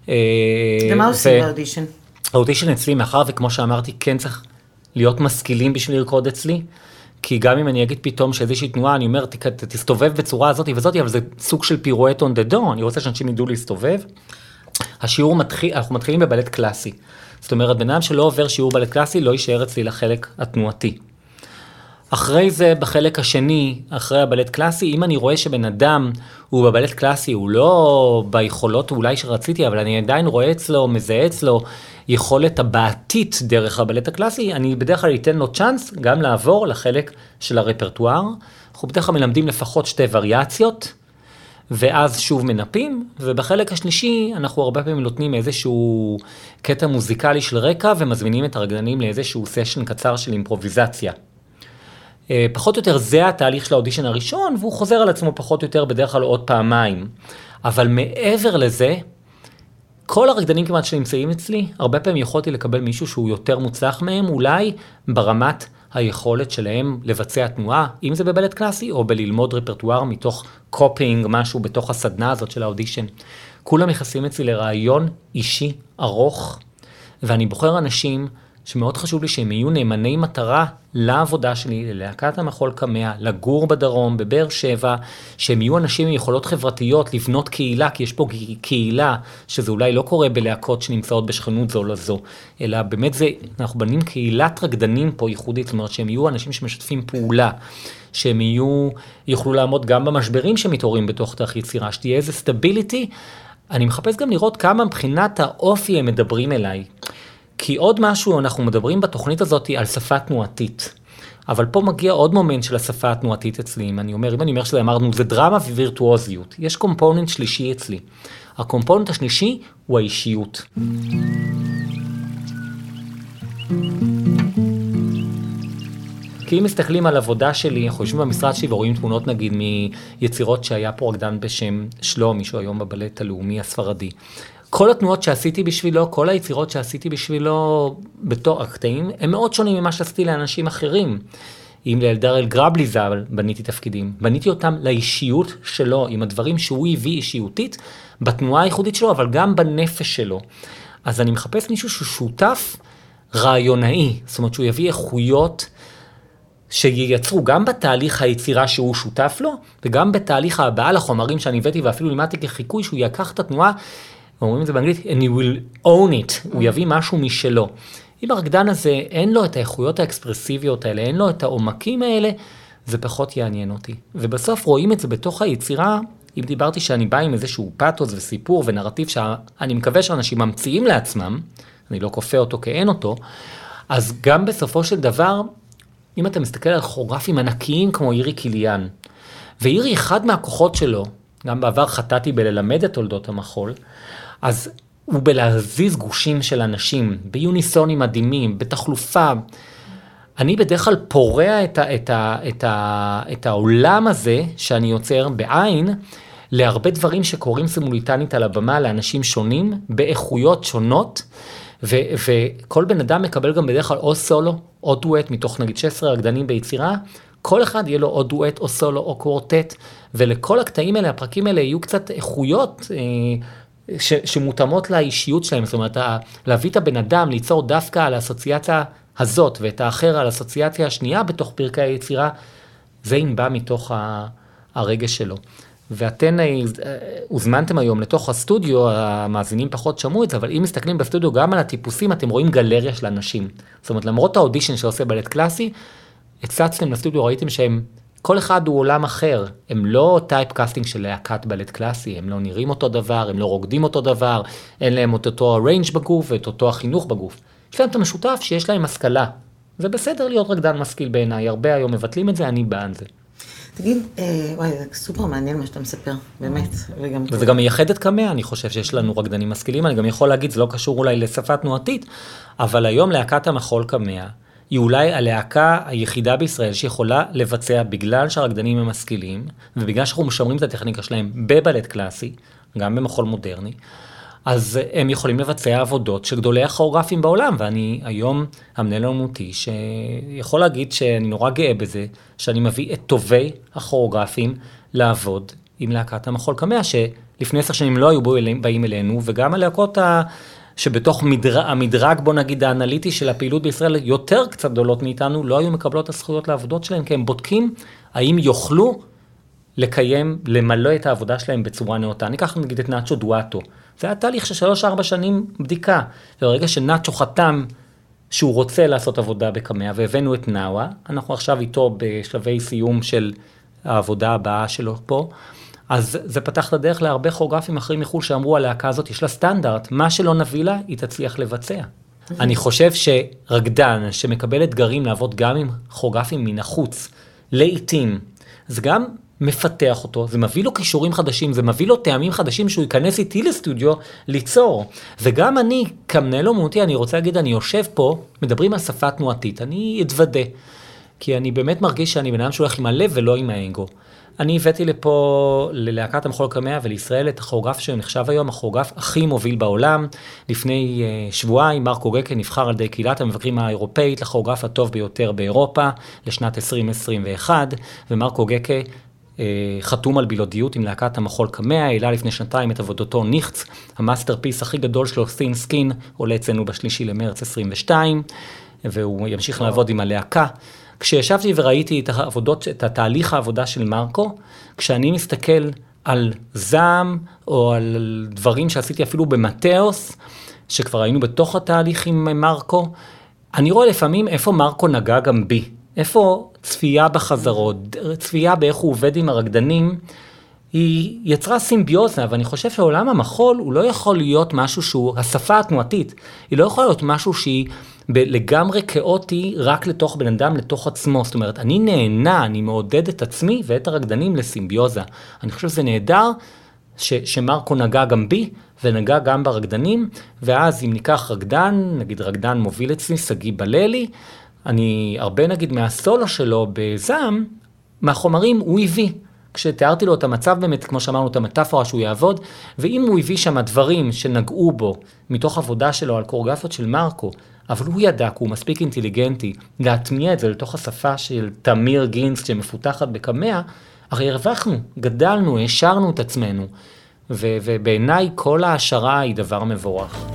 ומה עושים באודישן? האודישן אצלי, מאחר וכמו שאמרתי, כן צריך להיות משכילים בשביל לרקוד אצלי, כי גם אם אני אגיד פתאום שאיזושהי תנועה, אני אומר, תסתובב בצורה הזאת וזאת, אבל זה סוג של פירואט און דה דו, אני רוצה שאנשים ידעו להסתובב. השיעור מתחיל, אנחנו מתחילים בבלט קלאסי. זאת אומרת, בן אדם שלא עובר שיעור בלט קלאסי, לא יישאר אצלי לחלק התנועתי. אחרי זה, בחלק השני, אחרי הבלט קלאסי, אם אני רואה שבן אדם הוא בבלט קלאסי, הוא לא ביכולות אולי שרציתי, אבל אני עדיין רואה אצלו, מזהה אצלו, יכולת הבעתית דרך הבלט הקלאסי, אני בדרך כלל אתן לו צ'אנס גם לעבור לחלק של הרפרטואר. אנחנו בדרך כלל מלמדים לפחות 2 וריאציות, ואז שוב מנפים, ובחלק השלישי אנחנו הרבה פעמים נותנים איזשהו קטע מוזיקלי של רקע, ומזמינים את הרקדנים לאיזשהו סשן קצר של אימפרוביזציה. פחות או יותר זה התהליך של האודישן הראשון, והוא חוזר על עצמו פחות או יותר בדרך כלל עוד פעמיים. אבל מעבר לזה, כל הרקדנים כמעט שנמצאים אצלי, הרבה פעמים יכולתי לקבל מישהו שהוא יותר מוצלח מהם, אולי ברמת היכולת שלהם לבצע תנועה, אם זה בבלט קלאסי או בללמוד רפרטואר מתוך קופינג, משהו בתוך הסדנה הזאת של האודישן. כולם נכנסים אצלי לרעיון אישי ארוך, ואני בוחר אנשים שמאוד חשוב לי שהם יהיו נאמני מטרה לעבודה שלי, ללהקת המחול קמע, לגור בדרום, בבאר שבע, שהם יהיו אנשים עם יכולות חברתיות, לבנות קהילה, כי יש פה קהילה, שזה אולי לא קורה בלהקות שנמצאות בשכנות זו לזו, אלא באמת זה, אנחנו בנים קהילת רקדנים פה ייחודית, זאת אומרת שהם יהיו אנשים שמשתפים פעולה, שהם יוכלו לעמוד גם במשברים שמתעוררים בתוך תוך יצירה, שתהיה איזה סטביליטי. אני מחפש גם לראות כמה מבחינת האופי הם מדברים אליי. כי עוד משהו, אנחנו מדברים בתוכנית הזאת על שפה תנועתית. אבל פה מגיע עוד מומנט של השפה התנועתית אצלי. אם אני אומר שזה אמרנו, זה דרמה ווירטואוזיות. יש קומפוננט שלישי אצלי. הקומפוננט השלישי הוא האישיות. כי כי אם מסתכלים על עבודה שלי, אנחנו יושבים במשרד שלי ורואים תמונות נגיד מיצירות שהיה פה רקדן בשם שלומי, שהוא היום בבלט הלאומי הספרדי. כל התנועות שעשיתי בשבילו, כל היצירות שעשיתי בשבילו בתור הקטעים, הם מאוד שונים ממה שעשיתי לאנשים אחרים. אם לאלדר אלגרבליזל בניתי תפקידים, בניתי אותם לאישיות שלו, עם הדברים שהוא הביא אישיותית, בתנועה הייחודית שלו, אבל גם בנפש שלו. אז אני מחפש מישהו שהוא שותף רעיונאי, זאת אומרת שהוא יביא איכויות שייצרו גם בתהליך היצירה שהוא שותף לו, וגם בתהליך הבאה לחומרים שאני הבאתי, ואפילו לימדתי כחיקוי שהוא יקח את התנועה, אומרים את זה באנגלית, and he will own it, הוא יביא משהו משלו. אם הרקדן הזה אין לו את האיכויות האקספרסיביות האלה, אין לו את העומקים האלה, זה פחות יעניין אותי. ובסוף רואים את זה בתוך היצירה, אם דיברתי שאני בא עם איזשהו פאטוס וסיפור ונרטיב שאני מקווה שאנשים ממציאים לעצמם, אני לא כופה אותו כי אין אותו, אז גם בסופו של דבר, אם אתה מסתכל על כוריאוגרפים ענקיים כמו אירי קיליאן, ואירי אחד מהכוחות שלו, גם בעבר חטאתי בללמד את תולדות המחול, אז הוא בלהזיז גושים של אנשים, ביוניסונים מדהימים, בתחלופה. אני בדרך כלל פורע את העולם הזה שאני יוצר בעין, להרבה דברים שקורים סימולטנית על הבמה לאנשים שונים, באיכויות שונות, וכל בן אדם מקבל גם בדרך כלל או סולו, או דואט, מתוך נגיד 16 רקדנים ביצירה, כל אחד יהיה לו או דואט, או סולו, או קוורטט, ולכל הקטעים האלה, הפרקים האלה, יהיו קצת איכויות שמותאמות לאישיות שלהם, זאת אומרת, להביא את הבן אדם, ליצור דווקא על האסוציאציה הזאת, ואת האחר על האסוציאציה השנייה בתוך פרקי היצירה, זה ינבע מתוך הרגש שלו. ואתן הוזמנתם היום לתוך הסטודיו, המאזינים פחות שמעו את זה, אבל אם מסתכלים בסטודיו גם על הטיפוסים, אתם רואים גלריה של אנשים. זאת אומרת, למרות האודישן שעושה בלט קלאסי, הצצתם לסטודיו, ראיתם שהם, כל אחד הוא עולם אחר, הם לא טייפ קאסטינג של להקת בלט קלאסי, הם לא נראים אותו דבר, הם לא רוקדים אותו דבר, אין להם את אותו הריינג' בגוף ואת אותו החינוך בגוף. יש להם את המשותף שיש להם השכלה. זה בסדר להיות רקדן משכיל בעיניי, הרבה היום מבטלים את זה, אני בעד זה. תגיד, וואי, זה סופר מעניין מה שאתה מספר, באמת. וזה גם מייחד את קמע, אני חושב שיש לנו רקדנים משכילים, אני גם יכול להגיד, זה לא קשור אולי לשפה תנועתית, אבל היום להקת המחול קמע, היא אולי הלהקה היחידה בישראל שיכולה לבצע בגלל שהרקדנים הם משכילים, ובגלל שאנחנו משמרים את הטכניקה שלהם בבלט קלאסי, גם במחול מודרני, אז הם יכולים לבצע עבודות של גדולי הכוריאוגרפים בעולם, ואני היום המנהל האומנותי שיכול להגיד שאני נורא גאה בזה, שאני מביא את טובי הכוריאוגרפים לעבוד עם להקת המחול קמע, שלפני 10 שנים לא היו באים אלינו, וגם הלהקות שבתוך המדרג, בוא נגיד, האנליטי של הפעילות בישראל, יותר קצת גדולות מאיתנו, לא היו מקבלות את הזכויות לעבודות שלהם, כי הם בודקים האם יוכלו למלא את העבודה שלהם בצורה נאותה. אני אקח נגיד את נאצ'ו דואטו. זה היה תהליך של 3-4 שנים בדיקה. וברגע שנאצ'ו חתם שהוא רוצה לעשות עבודה בקמע, והבאנו את נאווה, אנחנו עכשיו איתו בשלבי סיום של העבודה הבאה שלו פה, אז זה פתח את הדרך להרבה כוריאוגרפים אחרים מחו"ל שאמרו, הלהקה הזאת יש לה סטנדרט, מה שלא נביא לה, היא תצליח לבצע. אני חושב שרקדן שמקבל אתגרים לעבוד גם עם כוריאוגרפים מן החוץ, לעתים, זה גם מפתח אותו, זה מביא לו קישורים חדשים, זה מביא לו טעמים חדשים שהוא ייכנס איתי לסטודיו ליצור. וגם אני, כמנהל אומנותי, אני רוצה להגיד, אני יושב פה, מדברים על שפה תנועתית, אני אתוודה, כי אני באמת מרגיש שאני בן אדם שהולך עם הלב ולא עם האגו. אני הבאתי לפה, ללהקת המחול קמע ולישראל, את הכוריאוגרף שנחשב היום, הכוריאוגרף הכי מוביל בעולם. לפני שבועיים, מרקו גקה נבחר על ידי קהילת המבקרים האירופאית, לכוריאוגרף הטוב ביותר באירופה, לשנת 2021, ומרקו גקה חתום על בלעדיות עם להקת המחול קמע, העלה לפני 2 את עבודתו ניכץ, המאסטרפיס הכי גדול שלו, סין סקין, עולה אצלנו ב3 למרץ 22, והוא ימשיך לעבוד עם הלהקה. כשישבתי וראיתי את העבודות, את התהליך העבודה של מרקו, כשאני מסתכל על זעם, או על דברים שעשיתי אפילו במטאוס, שכבר היינו בתוך התהליך עם מרקו, אני רואה לפעמים איפה מרקו נגע גם בי, איפה צפייה בחזרות, צפייה באיך הוא עובד עם הרקדנים, היא יצרה סימביוזה, ואני חושב שעולם המחול הוא לא יכול להיות משהו שהוא, השפה התנועתית, היא לא יכולה להיות משהו שהיא לגמרי כאוטי רק לתוך בן אדם, לתוך עצמו. זאת אומרת, אני נהנה, אני מעודד את עצמי ואת הרקדנים לסימביוזה. אני חושב שזה נהדר שמרקו נגע גם בי ונגע גם ברקדנים, ואז אם ניקח רקדן, נגיד רקדן מוביל אצלי, סגי בללי, אני הרבה נגיד מהסולו שלו בזעם, מהחומרים הוא הביא. כשתיארתי לו את המצב באמת, כמו שאמרנו, את המטאפורה שהוא יעבוד, ואם הוא הביא שם דברים שנגעו בו, מתוך עבודה שלו על קוריאוגרפיות של מרקו, אבל הוא ידע, הוא מספיק אינטליגנטי, להטמיע את זה לתוך השפה של תמיר גינס שמפותחת בקמע, הרי הרווחנו, גדלנו, השארנו את עצמנו, ובעיניי כל ההשערה היא דבר מבורך.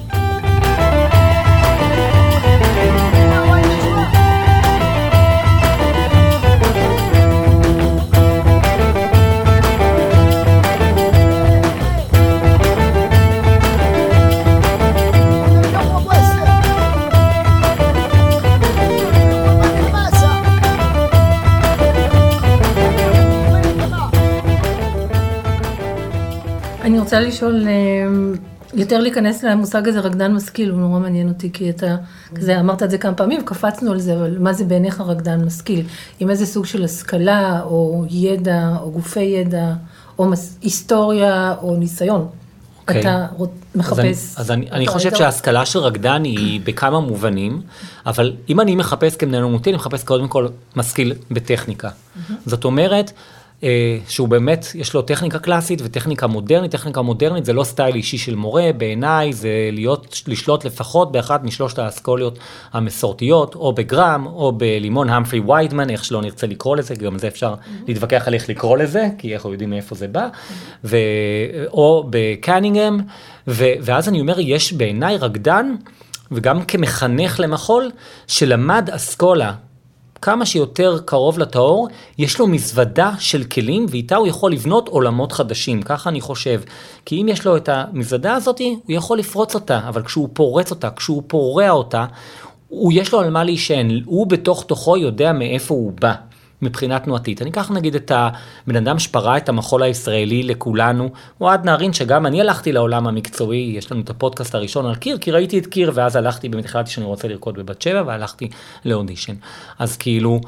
אני רוצה לשאול, יותר להיכנס למושג הזה רקדן משכיל, הוא נורא מעניין אותי, כי אתה, כזה, אמרת את זה כמה פעמים, קפצנו על זה, אבל מה זה בעיניך רקדן משכיל? עם איזה סוג של השכלה, או ידע, או גופי ידע, או היסטוריה, או ניסיון? אתה מחפש... אז אני חושב שההשכלה של רקדן היא בכמה מובנים, אבל אם אני מחפש כמנהל אומנותי, אני מחפש קודם כל משכיל בטכניקה. זאת אומרת, שהוא באמת, יש לו טכניקה קלאסית וטכניקה מודרנית. טכניקה מודרנית זה לא סטייל אישי של מורה, בעיניי זה לשלוט לפחות באחת משלושת האסכוליות המסורתיות, או בגרם, או בלימון המפרי ויידמן, איך שלא נרצה לקרוא לזה, גם זה אפשר להתווכח על איך לקרוא לזה, כי אנחנו יודעים מאיפה זה בא, או בקנינגהם, ואז אני אומר, יש בעיניי רקדן, וגם כמחנך למחול, שלמד אסכולה, כמה שיותר קרוב לטהור, יש לו מזוודה של כלים, ואיתה הוא יכול לבנות עולמות חדשים, ככה אני חושב. כי אם יש לו את המזוודה הזאת, הוא יכול לפרוץ אותה, אבל כשהוא פורץ אותה, כשהוא פורע אותה, יש לו על מה להישען, הוא בתוך תוכו יודע מאיפה הוא בא, מבחינת תנועתית. אני כך נגיד את הבן אדם שפרע את המחול הישראלי לכולנו, הוא עד נערין שגם אני הלכתי לעולם המקצועי, יש לנו את הפודקאסט הראשון על קיר, כי ראיתי את קיר, ואז הלכתי, באמת החלטתי שאני רוצה לרקוד בבת שבע, והלכתי לאודישן. אז כאילו,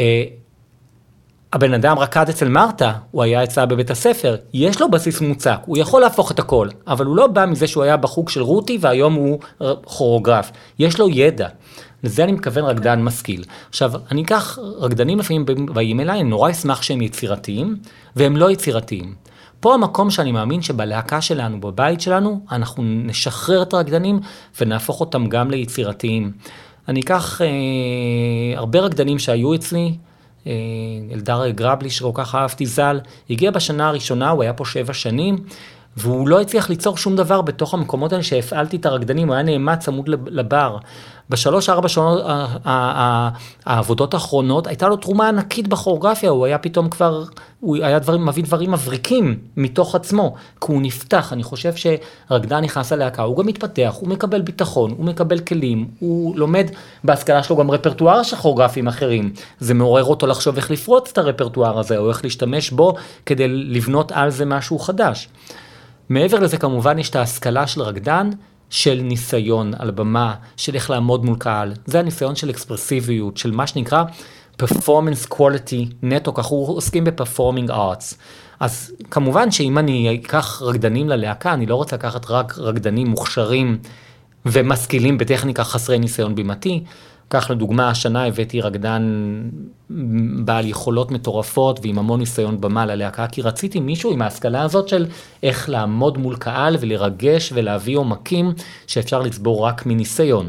הבן אדם רקד אצל מרתה, הוא היה אצלה בבית הספר, יש לו בסיס מוצק, הוא יכול להפוך את הכל, אבל הוא לא בא מזה שהוא היה בחוג של רותי, והיום הוא כוריאוגרף. יש לו ידע. לזה אני מכוון רקדן משכיל. עכשיו, אני אקח רקדנים לפעמים באים אליי, אני נורא אשמח שהם יצירתיים, והם לא יצירתיים. פה המקום שאני מאמין שבלהקה שלנו, בבית שלנו, אנחנו נשחרר את הרקדנים, ונהפוך אותם גם ליצירתיים. אני אקח הרבה רקדנים שהיו אצלי, אלדר גרבלי שכל כך אהבתי ז"ל, הגיע בשנה הראשונה, הוא היה פה 7 שנים, והוא לא הצליח ליצור שום דבר בתוך המקומות האלה שהפעלתי את הרקדנים, הוא היה נעמד צמוד לבר. ב3-4 שנות העבודות האחרונות, הייתה לו תרומה ענקית בכוריאוגרפיה, הוא היה פתאום כבר, הוא היה מביא דברים מבריקים מתוך עצמו, כי הוא נפתח. אני חושב שרקדן נכנס ללהקה, הוא גם מתפתח, הוא מקבל ביטחון, הוא מקבל כלים, הוא לומד בהשכלה שלו גם רפרטואר של כוריאוגרפים אחרים, זה מעורר אותו לחשוב איך לפרוץ את הרפרטואר הזה, או איך להשתמש בו כדי לבנות על זה משהו חדש. מעבר לזה כמובן יש את ההשכלה של רקדן, של ניסיון על במה, של איך לעמוד מול קהל. זה הניסיון של אקספרסיביות, של מה שנקרא performance quality נטו, אנחנו עוסקים בפרפורמינג ארטס. אז כמובן שאם אני אקח רקדנים ללהקה, אני לא רוצה לקחת רק רקדנים מוכשרים ומשכילים בטכניקה חסרי ניסיון בימתי. כך לדוגמה, השנה הבאתי רקדן בעל יכולות מטורפות ועם המון ניסיון במה ללהקה, כי רציתי מישהו עם ההשכלה הזאת של איך לעמוד מול קהל ולרגש ולהביא עומקים שאפשר לצבור רק מניסיון.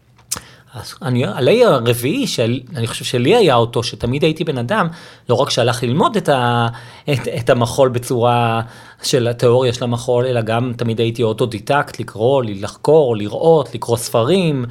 עלי הרביעי, אני חושב שלי היה אותו, שתמיד הייתי בן אדם, לא רק שהלך ללמוד את המחול בצורה של התיאוריה של המחול, אלא גם תמיד הייתי אוטודידקט, לקרוא, לחקור, לראות, לקרוא ספרים,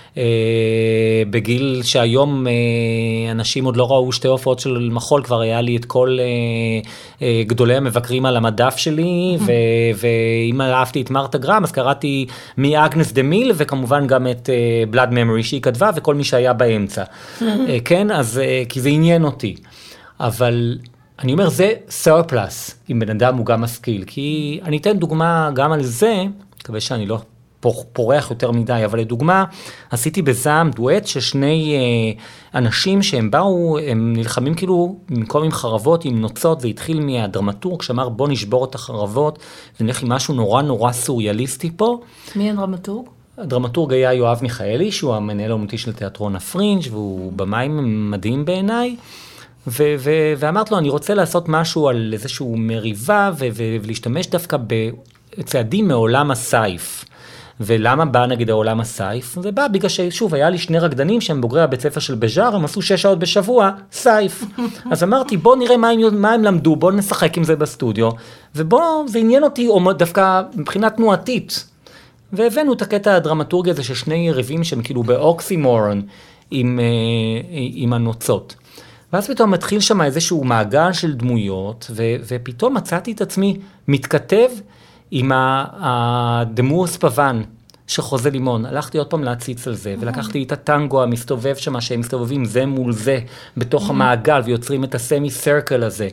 בגיל שהיום אנשים עוד לא ראו 2 הופעות של מחול, כבר היה לי את כל גדולי המבקרים על המדף שלי, ואם אהבתי את מרתה גרם, אז קראתי מאגנס דה מיל, וכמובן גם את בלאד ממורי שהיא כתבה, וכל מי שהיה באמצע. כן, אז כי זה עניין אותי. אבל אני אומר, זה סרפלס, אם בן אדם הוא גם משכיל, כי אני אתן דוגמה גם על זה, מקווה שאני לא פורח יותר מדי, אבל לדוגמה, עשיתי בזעם דואט של 2 אנשים שהם באו, הם נלחמים כאילו, במקום עם חרבות, עם נוצות, זה התחיל מהדרמטורג, שאמר בוא נשבור את החרבות, ונלך עם משהו נורא נורא סוריאליסטי פה. מי הדרמטורג? הדרמטורג היה יואב מיכאלי, שהוא המנהל האומנותי של תיאטרון הפרינג' והוא במאי מדהים בעיניי, ואמרת לו, אני רוצה לעשות משהו על איזשהו מריבה, ולהשתמש דווקא בצעדים מעולם הסייף. ולמה בא נגיד העולם הסייף? זה בא בגלל ששוב, היה לי 2 רקדנים שהם בוגרי הבית ספר של בז'אר, הם עשו 6 שעות בשבוע, סייף. אז אמרתי, בוא נראה מה הם למדו, בוא נשחק עם זה בסטודיו, ובוא, זה עניין אותי דווקא מבחינה תנועתית. והבאנו את הקטע הדרמטורגי הזה של 2 יריבים שהם כאילו באוקסימורון עם הנוצות. ואז פתאום מתחיל שם איזשהו מעגל של דמויות, ופתאום מצאתי את עצמי מתכתב עם הדמוס פוון שחוזה לימון. הלכתי עוד פעם להציץ על זה, ולקחתי את הטנגו המסתובב שם, שהם מסתובבים זה מול זה, בתוך המעגל, ויוצרים את הסמי סרקל הזה.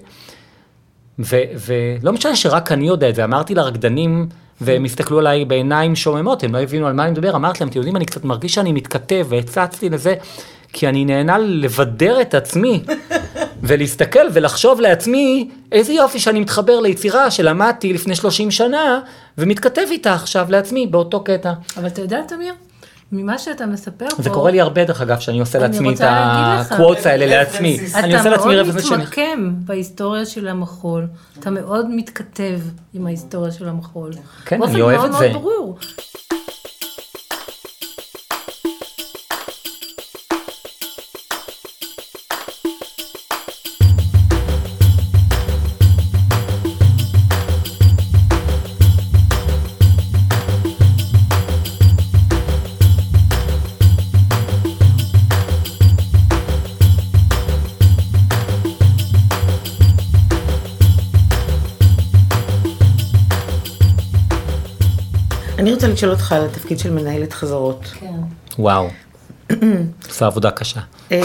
ולא משנה שרק אני יודע את זה, אמרתי לרקדנים, והם הסתכלו עליי בעיניים שוממות, הם לא הבינו על מה אני מדבר, אמרתי להם, אתם יודעים, אני קצת מרגיש שאני מתכתב, והצצתי לזה, כי אני נהנה לבדר את עצמי, ולהסתכל ולחשוב לעצמי, איזה יופי שאני מתחבר ליצירה שלמדתי לפני 30 שנה, ומתכתב איתה עכשיו לעצמי באותו קטע. אבל אתה יודע, תמיר, ממה שאתה מספר פה... זה קורה לי הרבה דרך אגב, שאני עושה לעצמי את הקוואטס האלה לעצמי. אתה מאוד מתמקם בהיסטוריה של המחול, אתה מאוד מתכתב עם ההיסטוריה של המחול. כן, אני אוהב את זה. מאוד ברור. אני רוצה לשאול אותך על התפקיד של מנהלת חזרות. כן. וואו, עושה עבודה קשה.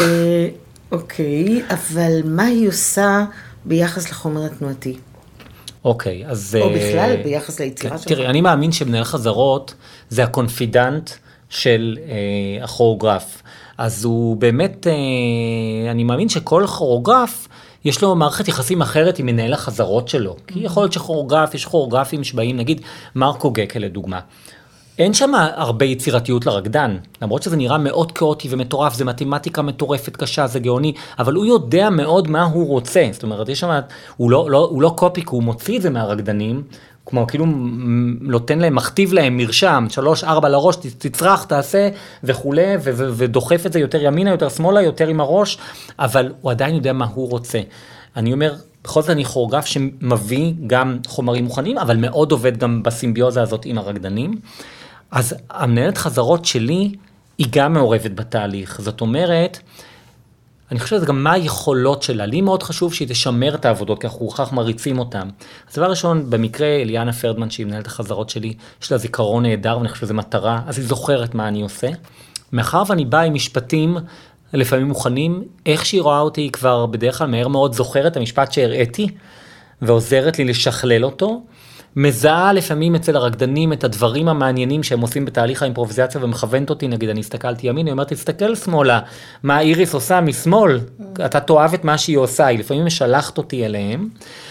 אוקיי, אבל מה היא עושה ביחס לחומר התנועתי? אוקיי, אז... או בכלל ביחס ליצירה שלך? תראי, אני מאמין שמנהל חזרות זה הקונפידנט של הכוריאוגרף. אז הוא באמת, אני מאמין שכל כוריאוגרף יש לו מערכת יחסים אחרת עם מנהל החזרות שלו. כי יכול להיות שכוריאוגרף, יש כוריאוגרפים שבאים, נגיד, מרקו גקל לדוגמה. אין שם הרבה יצירתיות לרקדן, למרות שזה נראה מאוד כאוטי ומטורף, זה מתמטיקה מטורפת קשה, זה גאוני, אבל הוא יודע מאוד מה הוא רוצה. זאת אומרת, יש שם, הוא לא קופיק, הוא מוציא את זה מהרקדנים, כמו כאילו נותן להם, מכתיב להם מרשם, 3-4 לראש, תצרח, תעשה וכולי, ודוחף את זה יותר ימינה, יותר שמאלה, יותר עם הראש, אבל הוא עדיין יודע מה הוא רוצה. אני אומר, בכל זאת אני כוריאוגרף שמביא גם חומרים מוכנים, אבל מאוד עובד גם בסימביוזה הזאת עם הרקדנים. אז המנהלת חזרות שלי היא גם מעורבת בתהליך. זאת אומרת, אני חושב שזה גם מה היכולות שלה. לי מאוד חשוב שהיא תשמר את העבודות, כי אנחנו כך מריצים אותם. אז דבר ראשון, במקרה אליאנה פרדמן, שהיא מנהלת החזרות שלי, יש לה זיכרון נהדר, ואני חושב שזה מטרה, אז היא זוכרת מה אני עושה. מאחר ואני באה עם משפטים, לפעמים מוכנים, איך שהיא רואה אותי, היא כבר בדרך כלל מהר מאוד זוכרת את המשפט שהראיתי, ועוזרת לי לשכלל אותו. מזהה לפעמים אצל הרקדנים את הדברים המעניינים שהם עושים בתהליך האימפרוביזציה, ומכוונת אותי, נגיד, אני הסתכלתי ימין, אני אומרת, תסתכל שמאלה, מה איריס עושה משמאל, אתה תאהב את מה שהיא עושה, היא לפעמים משלחת אותי אליהם,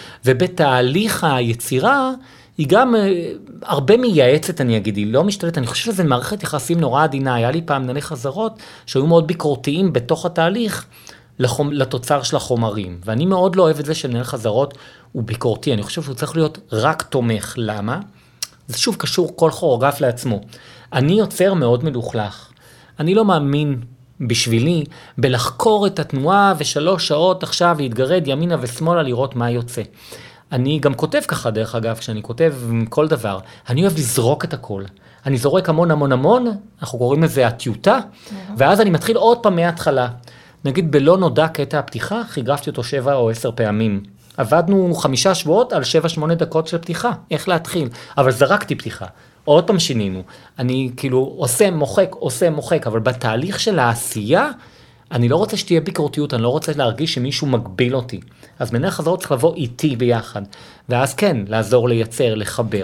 ובתהליך היצירה, היא גם הרבה מייעצת, אני אגיד, היא לא משתלטת, אני חושב שזה מערכת יחסים נורא עדינה, היה לי פעם מנהלי חזרות, שהיו מאוד ביקורתיים בתוך התהליך, לתוצר של החומרים, ואני מאוד לא אוהב את זה שמנהל חזרות הוא ביקורתי, אני חושב שהוא צריך להיות רק תומך, למה? זה שוב קשור כל כוריאוגרף לעצמו. אני יוצר מאוד מלוכלך, אני לא מאמין בשבילי בלחקור את התנועה ו3 שעות עכשיו להתגרד ימינה ושמאלה לראות מה יוצא. אני גם כותב ככה דרך אגב, כשאני כותב כל דבר, אני אוהב לזרוק את הכל. אני זורק המון המון המון, אנחנו קוראים לזה הטיוטה, ואז אני מתחיל עוד פעם מההתחלה. נגיד בלא נודע קטע הפתיחה, חיגרפתי אותו 7 או 10 פעמים. עבדנו 5 שבועות על 7-8 דקות של פתיחה, איך להתחיל, אבל זרקתי פתיחה, עוד פעם שינינו, אני כאילו עושה מוחק, אבל בתהליך של העשייה, אני לא רוצה שתהיה ביקורתיות, אני לא רוצה להרגיש שמישהו מגביל אותי, אז מנהל חזרות צריך לבוא איתי ביחד, ואז כן, לעזור לייצר, לחבר.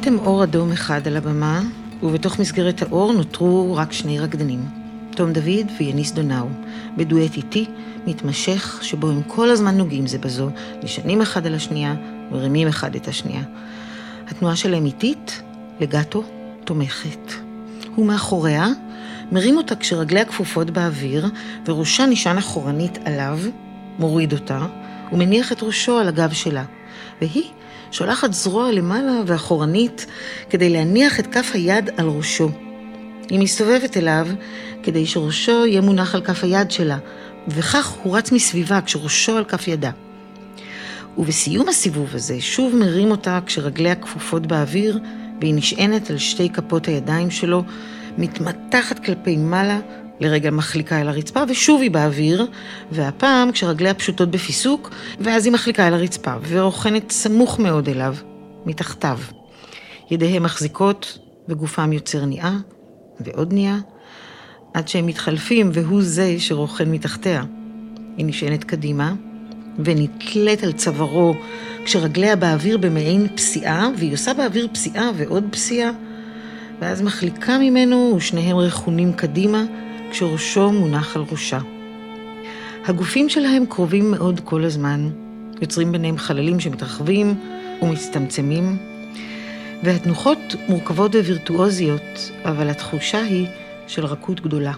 כתם אור אדום אחד על הבמה, ובתוך מסגרת האור נותרו רק 2 רקדנים, תום דוד ויניס דונאו, בדואט איטי מתמשך שבו הם כל הזמן נוגעים זה בזו, נשענים אחד על השנייה מרימים אחד את השנייה. התנועה שלהם איטית, לגאטו, תומכת. הוא מאחוריה, מרים אותה כשרגליה כפופות באוויר, וראשה נשען אחורנית עליו, מוריד אותה, ומניח את ראשו על הגב שלה. והיא שולחת זרוע למעלה ואחורנית כדי להניח את כף היד על ראשו. היא מסתובבת אליו כדי שראשו יהיה מונח על כף היד שלה, וכך הוא רץ מסביבה כשראשו על כף ידה. ובסיום הסיבוב הזה שוב מרים אותה כשרגליה כפופות באוויר, והיא נשענת על 2 כפות הידיים שלו, מתמתחת כלפי מעלה, לרגע מחליקה אל הרצפה, ושוב היא באוויר, והפעם כשרגליה פשוטות בפיסוק, ואז היא מחליקה אל הרצפה, ורוחנת סמוך מאוד אליו, מתחתיו. ידיהם מחזיקות, וגופם יוצר ניעה, ועוד ניעה, עד שהם מתחלפים, והוא זה שרוחן מתחתיה. היא נשענת קדימה, ונתלת על צווארו, כשרגליה באוויר במעין פסיעה, והיא עושה באוויר פסיעה ועוד פסיעה, ואז מחליקה ממנו ושניהם רכונים קדימה, כשראשו מונח על ראשה. הגופים שלהם קרובים מאוד כל הזמן, יוצרים ביניהם חללים שמתרחבים ומצטמצמים, והתנוחות מורכבות ווירטואוזיות, אבל התחושה היא של רכות גדולה.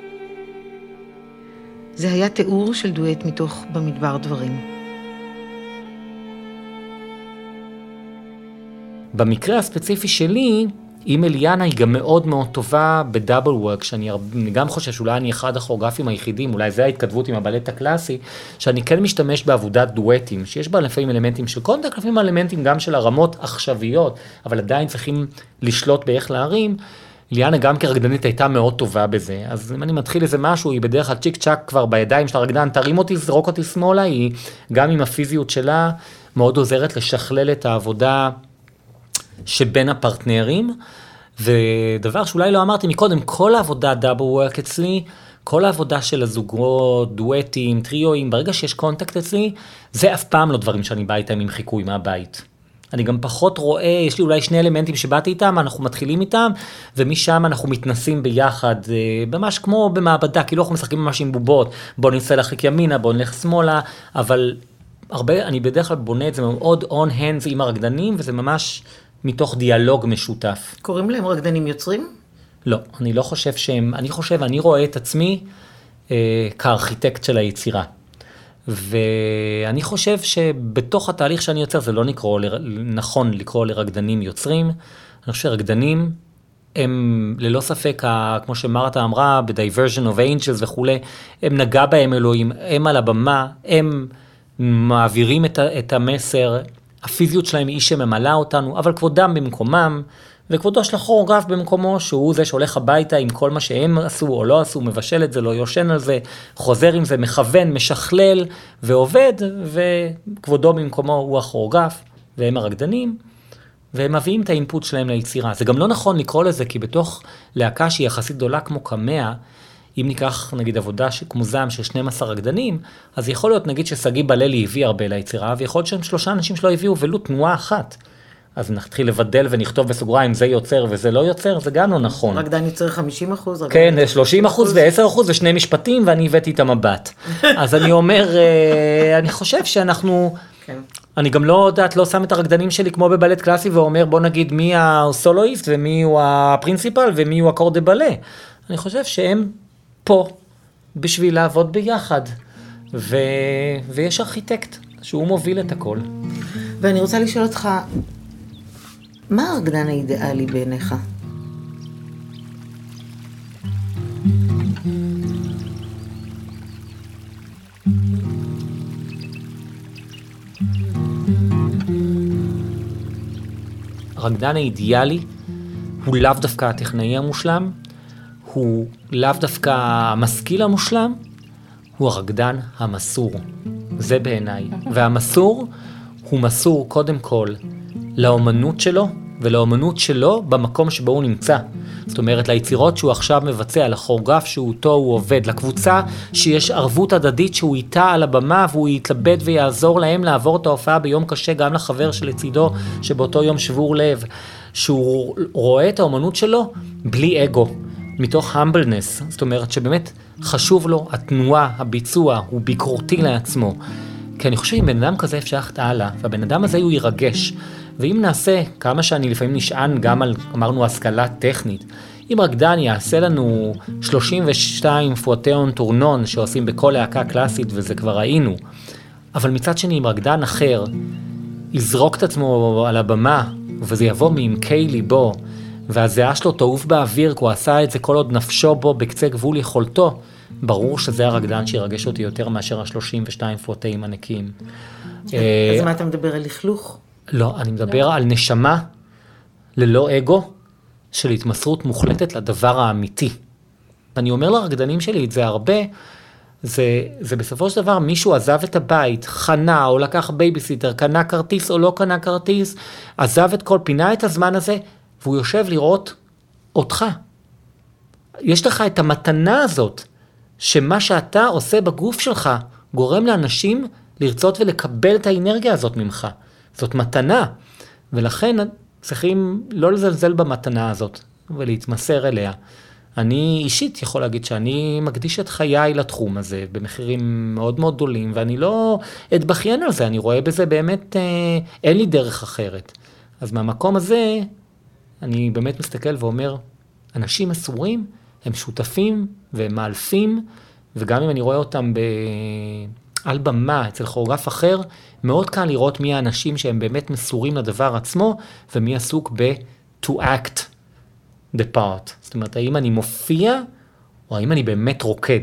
זה היה תיאור של דואט מתוך במדבר דברים. במקרה הספציפי שלי, עם אליאנה היא גם מאוד מאוד טובה בדאבל וורק, שאני גם חושב שאולי אני אחד הכוריאוגרפים היחידים, אולי זה ההתכתבות עם הבלט הקלאסי, שאני כן משתמש בעבודת דואטים, שיש בה לפעמים אלמנטים של קונטקט, לפעמים אלמנטים גם של הרמות עכשוויות, אבל עדיין צריכים לשלוט באיך להרים. אליאנה גם כרקדנית הייתה מאוד טובה בזה, אז אם אני מתחיל איזה משהו, היא בדרך כלל צ'יק צ'ק כבר בידיים של הרקדן, תרים אותי, זרוק אותי שמאלה, היא גם עם הפיזיות שלה מאוד עוזרת לשכלל את העבודה שבין הפרטנרים, ודבר שאולי לא אמרתי מקודם, כל העבודה דאבל וורק אצלי, כל העבודה של הזוגות, דואטים, טריואים, ברגע שיש קונטקט אצלי, זה אף פעם לא דברים שאני בא איתם עם חיקוי מהבית. אני גם פחות רואה, יש לי אולי 2 אלמנטים שבאתי איתם, אנחנו מתחילים איתם, ומשם אנחנו מתנסים ביחד, ממש כמו במעבדה, כאילו אנחנו משחקים ממש עם בובות, בוא ננסה להחיק ימינה, בוא נלך שמאלה, אבל אני בדרך כלל בונה את זה מאוד on hands עם הרקדנים, וזה ממש מתוך דיאלוג משותף. קוראים להם רקדנים יוצרים? לא, אני לא חושב שהם, אני רואה את עצמי כארכיטקט של היצירה. ואני חושב שבתוך התהליך שאני יוצר, זה לא נכון לקרוא לרקדנים יוצרים. אני חושב שרקדנים הם ללא ספק, כמו שמרתה אמרה, ב-Diversion of Angels וכו', הם נגע בהם אלוהים, הם על הבמה, הם מעבירים את המסר, הפיזיות שלהם היא שממלאה אותנו, אבל כבודם במקומם, וכבודו של הכוריאוגרף במקומו, שהוא זה שהולך הביתה עם כל מה שהם עשו או לא עשו, מבשל את זה, לא יושן על זה, חוזר עם זה, מכוון, משכלל ועובד, וכבודו במקומו הוא הכוריאוגרף, והם הרקדנים, והם מביאים את האינפוט שלהם ליצירה. זה גם לא נכון לקרוא לזה, כי בתוך להקה שהיא יחסית גדולה כמו קמאה, אם ניקח נגיד עבודה כמו זעם של 12 רקדנים, אז יכול להיות נגיד שסגי בללי הביא הרבה ליצירה, ויכול להיות שהם 3 אנשים שלא הביאו ולו תנועה אחת. אז נתחיל לבדל ונכתוב בסוגריים, זה יוצר וזה לא יוצר, זה גם לא נכון. רקדן יוצר 50%? כן, 30% ו10% ו2 משפטים, ואני הבאתי את המבט. אז אני אומר, אני חושב שאנחנו, אני גם לא יודעת, לא שם את הרקדנים שלי כמו בבלט קלאסי, ואומר בוא נגיד מי הסולואיסט ומי הוא הפרינסיפל ומי הוא אקורד בלה. אני חושב שהם פה בשביל לעבוד ביחד, ויש ארכיטקט שהוא מוביל את הכל. ואני רוצה לשאול אותך, מה הרקדן האידיאלי בעיניך? הרקדן האידיאלי הוא לאו דווקא הטכנאי המושלם, הוא לאו דווקא המשכיל המושלם, הוא הרקדן המסור. זה בעיניי. והמסור הוא מסור קודם כל לאומנות שלו, ולאומנות שלו במקום שבו הוא נמצא. זאת אומרת, ליצירות שהוא עכשיו מבצע, לכוריאוגרף שהוא עובד, לקבוצה שיש ערבות הדדית שהוא איתה על הבמה, והוא יתלבט ויעזור להם לעבור את ההופעה ביום קשה, גם לחבר שלצידו שבאותו יום שבור לב. שהוא רואה את האומנות שלו בלי אגו, מתוך המבלנס, זאת אומרת שבאמת חשוב לו התנועה, הביצוע, הוא ביקורתי לעצמו. כי אני חושב שאם בן אדם כזה אפשר ללכת הלאה, והבן אדם הזה הוא ירגש, ואם נעשה, כמה שאני לפעמים נשען גם על, אמרנו, השכלה טכנית, אם רקדן יעשה לנו 32 פרוטאון טורנון שעושים בכל להקה קלאסית, וזה כבר ראינו, אבל מצד שני, אם רקדן אחר יזרוק את עצמו על הבמה, וזה יבוא מעמקי ליבו, והזיעה שלו תעוף באוויר, כי הוא עשה את זה כל עוד נפשו בו בקצה גבול יכולתו, ברור שזה הרקדן שירגש אותי יותר מאשר ה-32 פרוטאים ענקיים. אז מה אתה מדבר, על לכלוך? לא, אני מדבר על נשמה ללא אגו, של התמסרות מוחלטת לדבר האמיתי. אני אומר לרקדנים שלי את זה הרבה, זה בסופו של דבר מישהו עזב את הבית, חנה או לקח בייביסיטר, קנה כרטיס או לא קנה כרטיס, עזב את כל פינה את הזמן הזה, והוא יושב לראות אותך. יש לך את המתנה הזאת, שמה שאתה עושה בגוף שלך, גורם לאנשים לרצות ולקבל את האנרגיה הזאת ממך. זאת מתנה, ולכן צריכים לא לזלזל במתנה הזאת, ולהתמסר אליה. אני אישית יכול להגיד שאני מקדיש את חיי לתחום הזה, במחירים מאוד מאוד גדולים, ואני לא אתבכיין על זה, אני רואה בזה באמת, אין לי דרך אחרת. אז מהמקום הזה, אני באמת מסתכל ואומר, אנשים מסורים, הם שותפים והם מאלפים, וגם אם אני רואה אותם על במה אצל כוריאוגרף אחר, מאוד קל לראות מי האנשים שהם באמת מסורים לדבר עצמו, ומי עסוק to act the part. זאת אומרת, האם אני מופיע, או האם אני באמת רוקד.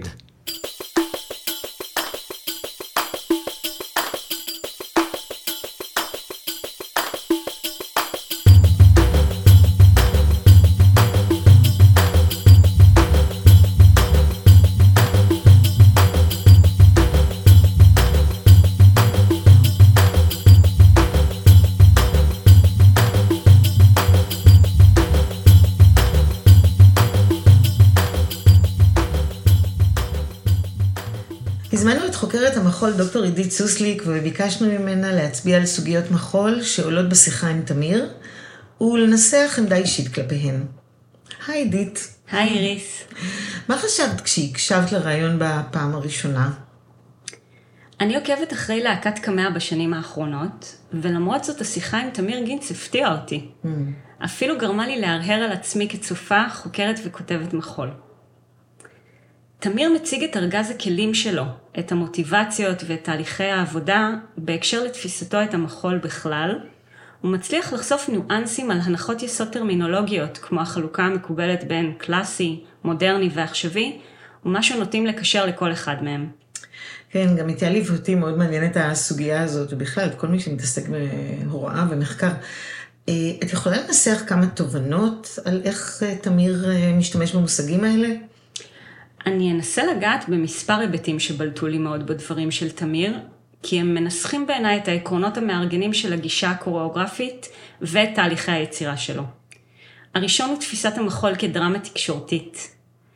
הזמנו את חוקרת המחול דוקטור עידית סוסליק וביקשנו ממנה להצביע על סוגיות מחול שעולות בשיחה עם תמיר ולנסח עמדה אישית כלפיהן. היי עידית. היי איריס. מה חשבת כשהקשבת לרעיון בפעם הראשונה? אני עוקבת אחרי להקת קמע בשנים האחרונות, ולמרות זאת השיחה עם תמיר גינץ הפתיעה אותי. אפילו גרמה לי להרהר על עצמי כצופה, חוקרת וכותבת מחול. תמיר מציג את ארגז הכלים שלו, את המוטיבציות ואת תהליכי העבודה, בהקשר לתפיסתו את המחול בכלל, הוא מצליח לחשוף ניואנסים על הנחות יסוד טרמינולוגיות, כמו החלוקה המקובלת בין קלאסי, מודרני ועכשווי, ומה שנוטים לקשר לכל אחד מהם. כן, גם איתי עלי ואותי מאוד מעניינת הסוגיה הזאת, ובכלל, את כל מי שמתעסק בהוראה ומחקר. את יכולה לנסח כמה תובנות על איך תמיר משתמש במושגים האלה? אני אנסה לגעת במספר היבטים שבלטו לי מאוד בדברים של תמיר, כי הם מנסחים בעיניי את העקרונות המארגנים של הגישה הקוריאוגרפית ואת תהליכי היצירה שלו. הראשון הוא תפיסת המחול כדרמה תקשורתית.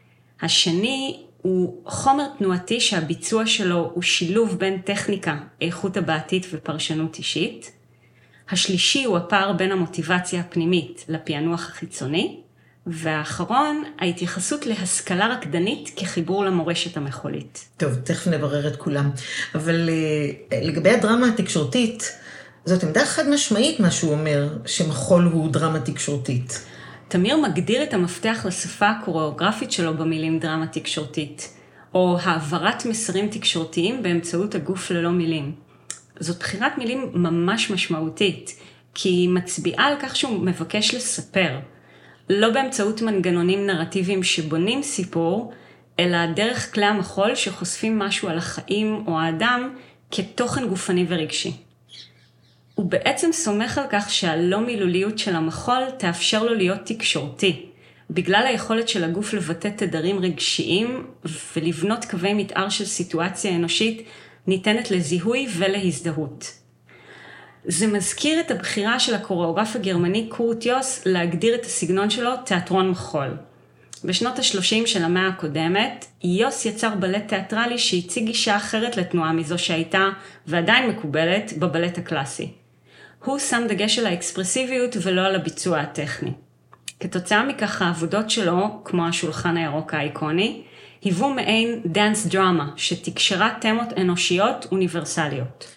השני הוא חומר תנועתי שהביצוע שלו הוא שילוב בין טכניקה, איכות הבעתית ופרשנות אישית. השלישי הוא הפער בין המוטיבציה הפנימית לפענוח החיצוני. והאחרון, ההתייחסות להשכלה רקדנית כחיבור למורשת המחולית. טוב, תכף נברר את כולם. אבל לגבי הדרמה התקשורתית, זאת עמדה חד משמעית מה שהוא אומר, שמחול הוא דרמה תקשורתית. תמיר מגדיר את המפתח לשפה הקוריאוגרפית שלו במילים דרמה תקשורתית, או העברת מסרים תקשורתיים באמצעות הגוף ללא מילים. זאת בחירת מילים ממש משמעותית, כי היא מצביעה על כך שהוא מבקש לספר, לא באמצעות מנגנונים נרטיביים שבונים סיפור, אלא דרך כלי המחול שחושפים משהו על החיים או האדם כתוכן גופני ורגשי. הוא בעצם סומך על כך שהלא מילוליות של המחול תאפשר לו להיות תקשורתי, בגלל היכולת של הגוף לבטא תדרים רגשיים ולבנות קווי מתאר של סיטואציה אנושית ניתנת לזיהוי ולהזדהות. זה מזכיר את הבחירה של הקוריאוגרף הגרמני קורט יוס להגדיר את הסגנון שלו תיאטרון מחול. בשנות ה-30 של המאה הקודמת, יוס יצר בלט תיאטרלי שהציג גישה אחרת לתנועה מזו שהייתה ועדיין מקובלת בבלט הקלאסי. הוא שם דגש על האקספרסיביות ולא על הביצוע הטכני. כתוצאה מכך העבודות שלו, כמו השולחן הירוק האיקוני, היוו מעין דנס דרמה שתקשרה תמות אנושיות אוניברסליות.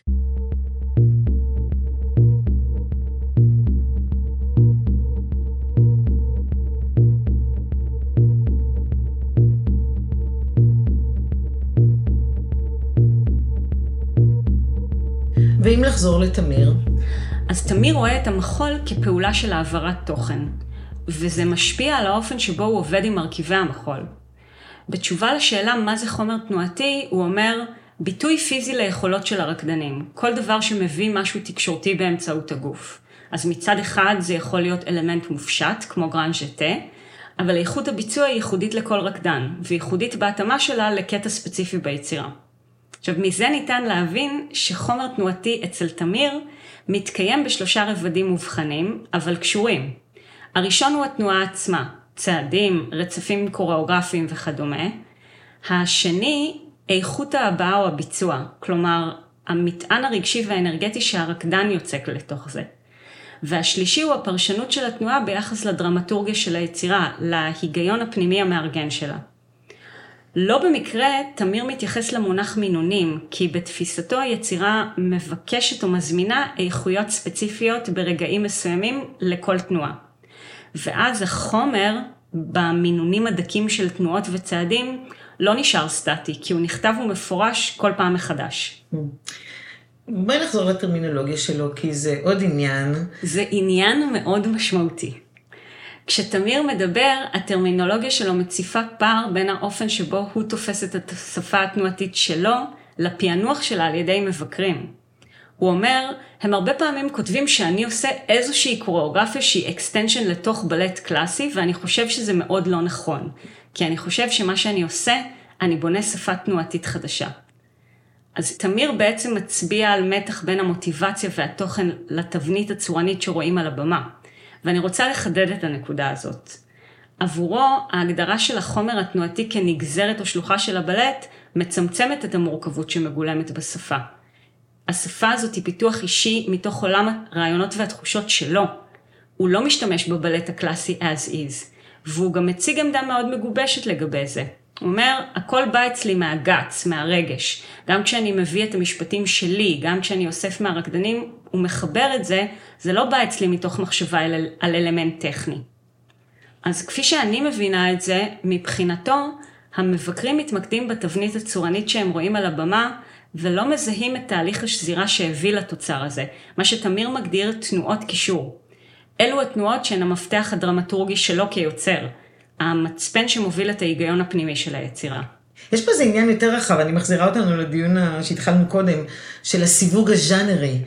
ואם לחזור לתמיר? אז תמיר רואה את המחול כפעולה של העברת תוכן, וזה משפיע על האופן שבו הוא עובד עם מרכיבי המחול. בתשובה לשאלה מה זה חומר תנועתי, הוא אומר, ביטוי פיזי ליכולות של הרקדנים, כל דבר שמביא משהו תקשורתי באמצעות הגוף. אז מצד אחד זה יכול להיות אלמנט מופשט, כמו גרן ז'טה, אבל איכות הביצוע היא ייחודית לכל רקדן, וייחודית בהתאמה שלה לקטע ספציפי ביצירה. עכשיו, מזה ניתן להבין שחומר תנועתי אצל תמיר מתקיים בשלושה רבדים מובחנים, אבל קשורים. הראשון הוא התנועה עצמה, צעדים, רצפים קוריאוגרפיים וכדומה. השני, איכות ההבעה או הביצוע, כלומר, המטען הרגשי והאנרגטי שהרקדן יוצק לתוך זה. והשלישי הוא הפרשנות של התנועה ביחס לדרמטורגיה של היצירה, להיגיון הפנימי המארגן שלה. לא במקרה, תמיר מתייחס למונח מינונים, כי בתפיסתו היצירה מבקשת או מזמינה איכויות ספציפיות ברגעים מסוימים לכל תנועה. ואז החומר, במינונים הדקים של תנועות וצעדים, לא נשאר סטטי, כי הוא נכתב ומפורש כל פעם מחדש. בואי נחזור לטרמינולוגיה שלו, כי זה עוד עניין. זה עניין מאוד משמעותי. כשתמיר מדבר, הטרמינולוגיה שלו מציפה פער בין האופן שבו הוא תופס את השפה התנועתית שלו, לפענוח שלה על ידי מבקרים. הוא אומר, הם הרבה פעמים כותבים שאני עושה איזושהי קוריאוגרפיה שהיא אקסטנשן לתוך בלט קלאסי, ואני חושב שזה מאוד לא נכון. כי אני חושב שמה שאני עושה, אני בונה שפה תנועתית חדשה. אז תמיר בעצם מצביע על מתח בין המוטיבציה והתוכן לתבנית הצורנית שרואים על הבמה. ואני רוצה לחדד את הנקודה הזאת. עבורו, ההגדרה של החומר התנועתי כנגזרת או שלוחה של הבלט, מצמצמת את המורכבות שמגולמת בשפה. השפה הזאת היא פיתוח אישי מתוך עולם הרעיונות והתחושות שלו. הוא לא משתמש בבלט הקלאסי as is, והוא גם מציג עמדה מאוד מגובשת לגבי זה. הוא אומר, הכל בא אצלי מהגץ, מהרגש. גם כשאני מביא את המשפטים שלי, גם כשאני אוסף מהרקדנים, הוא מחבר את זה, זה לא בא אצלי מתוך מחשבה על אלמנט טכני. אז כפי שאני מבינה את זה, מבחינתו, המבקרים מתמקדים בתבנית הצורנית שהם רואים על הבמה, ולא מזהים את תהליך השזירה שהביא לתוצר הזה, מה שתמיר מגדיר תנועות קישור. אלו התנועות שהן המפתח הדרמטורגי שלו כיוצר, המצפן שמוביל את ההיגיון הפנימי של היצירה. יש פה איזה עניין יותר רחב, אני מחזירה אותנו לדיון שהתחלנו קודם, של הסיווג הז'אנרי.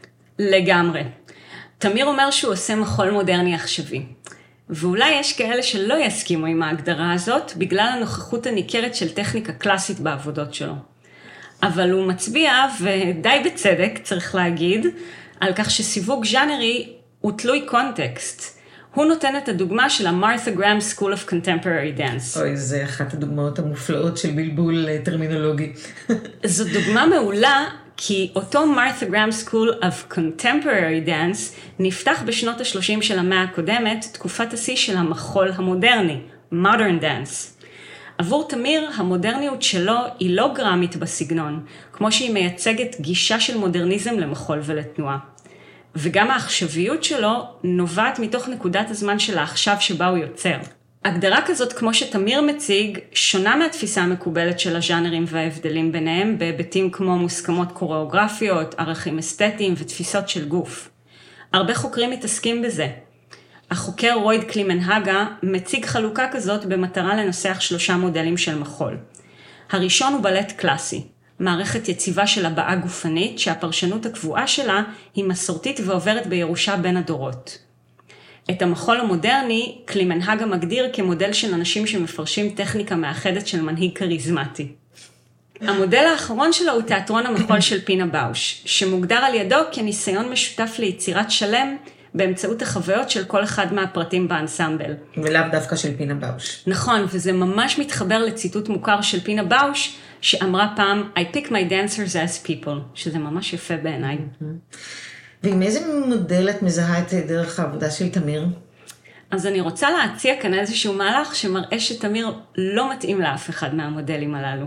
לגמרי. תמיר אומר שהוא עושה מחול מודרני עכשווי. ואולי יש כאלה שלא יסכימו עם ההגדרה הזאת, בגלל הנוכחות הניכרת של טכניקה קלאסית בעבודות שלו. אבל הוא מצביע, ודי בצדק צריך להגיד, על כך שסיווג ז'אנרי הוא תלוי קונטקסט. הוא נותן את הדוגמה של המרת'ה גראם School of Contemporary Dance. אוי, זה אחת הדוגמאות המופלאות של בלבול טרמינולוגי. זו דוגמה מעולה, כי אותו מרת'ה גראם School of Contemporary Dance נפתח בשנות ה-30 של המאה הקודמת, תקופת השיא של המחול המודרני, Modern Dance. עבור תמיר, המודרניות שלו היא לא גרמית בסגנון, כמו שהיא מייצגת גישה של מודרניזם למחול ולתנועה. וגם העכשוויות שלו נובעת מתוך נקודת הזמן של העכשיו שבה הוא יוצר. הגדרה כזאת, כמו שתמיר מציג, שונה מהתפיסה המקובלת של הז'אנרים וההבדלים ביניהם, בהיבטים כמו מוסכמות קוריאוגרפיות, ערכים אסתטיים ותפיסות של גוף. הרבה חוקרים מתעסקים בזה. החוקר רויד קלימנהגה מציג חלוקה כזאת במטרה לנסח 3 מודלים של מחול. הראשון הוא בלט קלאסי, מערכת יציבה של הבעה גופנית שהפרשנות הקבועה שלה היא מסורתית ועוברת בירושה בין הדורות. את המחול המודרני קלימנהגה מגדיר כמודל של אנשים שמפרשים טכניקה מאחדת של מנהיג קריזמטי. המודל האחרון שלו הוא תיאטרון המחול של פינה באוש, שמוגדר על ידו כניסיון משותף ליצירת שלם באמצעות החוויות של כל אחד מהפרטים באנסמבל. ולאו דווקא של פינה באוש. נכון, וזה ממש מתחבר לציטוט מוכר של פינה באוש, שאמרה פעם, I pick my dancers as people, שזה ממש יפה בעיניי. ועם איזה מודל את מזהה את דרך העבודה של תמיר? אז אני רוצה להציע כאן איזשהו מהלך שמראה שתמיר לא מתאים לאף אחד מהמודלים הללו.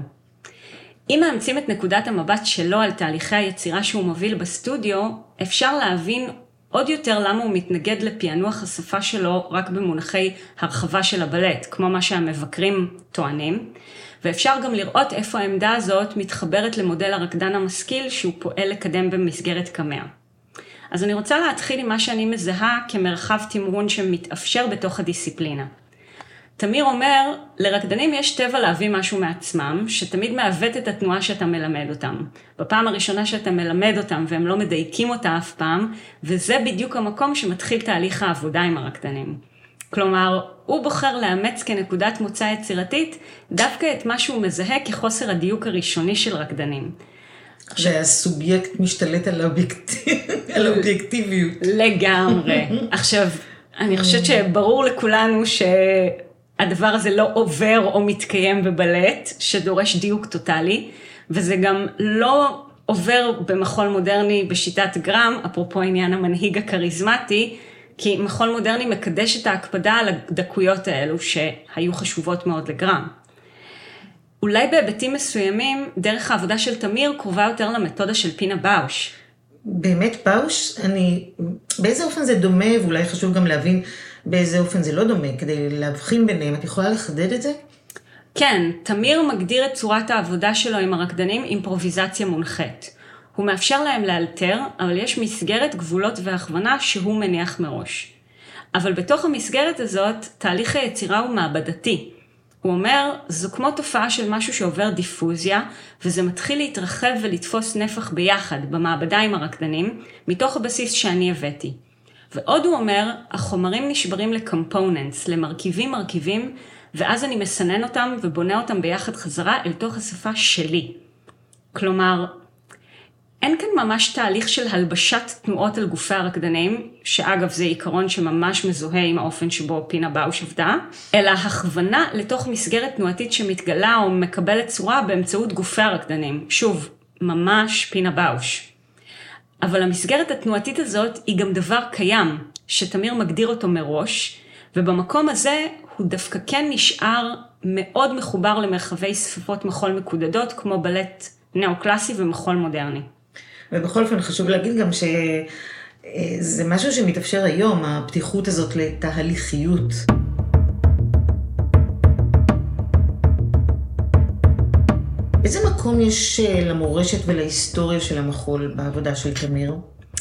אם מאמצים את נקודת המבט שלו על תהליכי היצירה שהוא מוביל בסטודיו, אפשר להבין עוד יותר למה הוא מתנגד לפענוח השפה שלו רק במונחי הרחבה של הבלט, כמו מה שהמבקרים טוענים, ואפשר גם לראות איפה העמדה הזאת מתחברת למודל הרקדן המשכיל שהוא פועל לקדם במסגרת קמע. אז אני רוצה להתחיל עם מה שאני מזהה כמרחב תמרון שמתאפשר בתוך הדיסציפלינה. תמיר אומר, לרקדנים יש טבע להביא משהו מעצמם, שתמיד מעוות את התנועה שאתה מלמד אותם. בפעם הראשונה שאתה מלמד אותם והם לא מדייקים אותה אף פעם, וזה בדיוק המקום שמתחיל תהליך העבודה עם הרקדנים. כלומר, הוא בוחר לאמץ כנקודת מוצא יצירתית, דווקא את מה שהוא מזהה כחוסר הדיוק הראשוני של רקדנים. שהסובייקט משתלט על האובייקטיביות. לגמרי. עכשיו, אני חושבת שברור לכולנו שהדבר הזה לא עובר או מתקיים בבלט, שדורש דיוק טוטלי, וזה גם לא עובר במחול מודרני בשיטת גרם, אפרופו עניין המנהיג הקריזמטי, כי מחול מודרני מקדש את ההקפדה על הדקויות האלו שהיו חשובות מאוד לגרם. אולי בהיבטים מסוימים, דרך העבודה של תמיר קרובה יותר למתודה של פינה באוש. באמת באוש? באיזה אופן זה דומה, ואולי חשוב גם להבין באיזה אופן זה לא דומה, כדי להבחין ביניהם. את יכולה לחדד את זה? כן, תמיר מגדיר את צורת העבודה שלו עם הרקדנים אימפרוביזציה מונחית. הוא מאפשר להם לאלתר, אבל יש מסגרת גבולות והכוונה שהוא מניח מראש. אבל בתוך המסגרת הזאת, תהליך היצירה הוא מעבדתי. הוא אומר, זו כמו תופעה של משהו שעובר דיפוזיה, וזה מתחיל להתרחב ולתפוס נפח ביחד, במעבדה עם הרקדנים, מתוך הבסיס שאני הבאתי. ועוד הוא אומר, החומרים נשברים לקומפוננטס, למרכיבים, ואז אני מסנן אותם ובונה אותם ביחד חזרה אל תוך השפה שלי. כלומר, אין כאן ממש תהליך של הלבשת תנועות על גופי הרקדנים, שאגב זה עיקרון שממש מזוהה עם האופן שבו פינה באוש עבדה, אלא הכוונה לתוך מסגרת תנועתית שמתגלה או מקבלת צורה באמצעות גופי הרקדנים. שוב, ממש פינה באוש. אבל המסגרת התנועתית הזאת היא גם דבר קיים, שתמיר מגדיר אותו מראש, ובמקום הזה הוא דווקא כן נשאר מאוד מחובר למרחבי שפות מחול מקודדות, כמו בלט נאו-קלאסי ומחול מודרני. ובכל אופן חשוב להגיד גם שזה משהו שמתאפשר היום, הפתיחות הזאת לתהליכיות. איזה מקום יש למורשת ולהיסטוריה של המחול בעבודה של תמיר?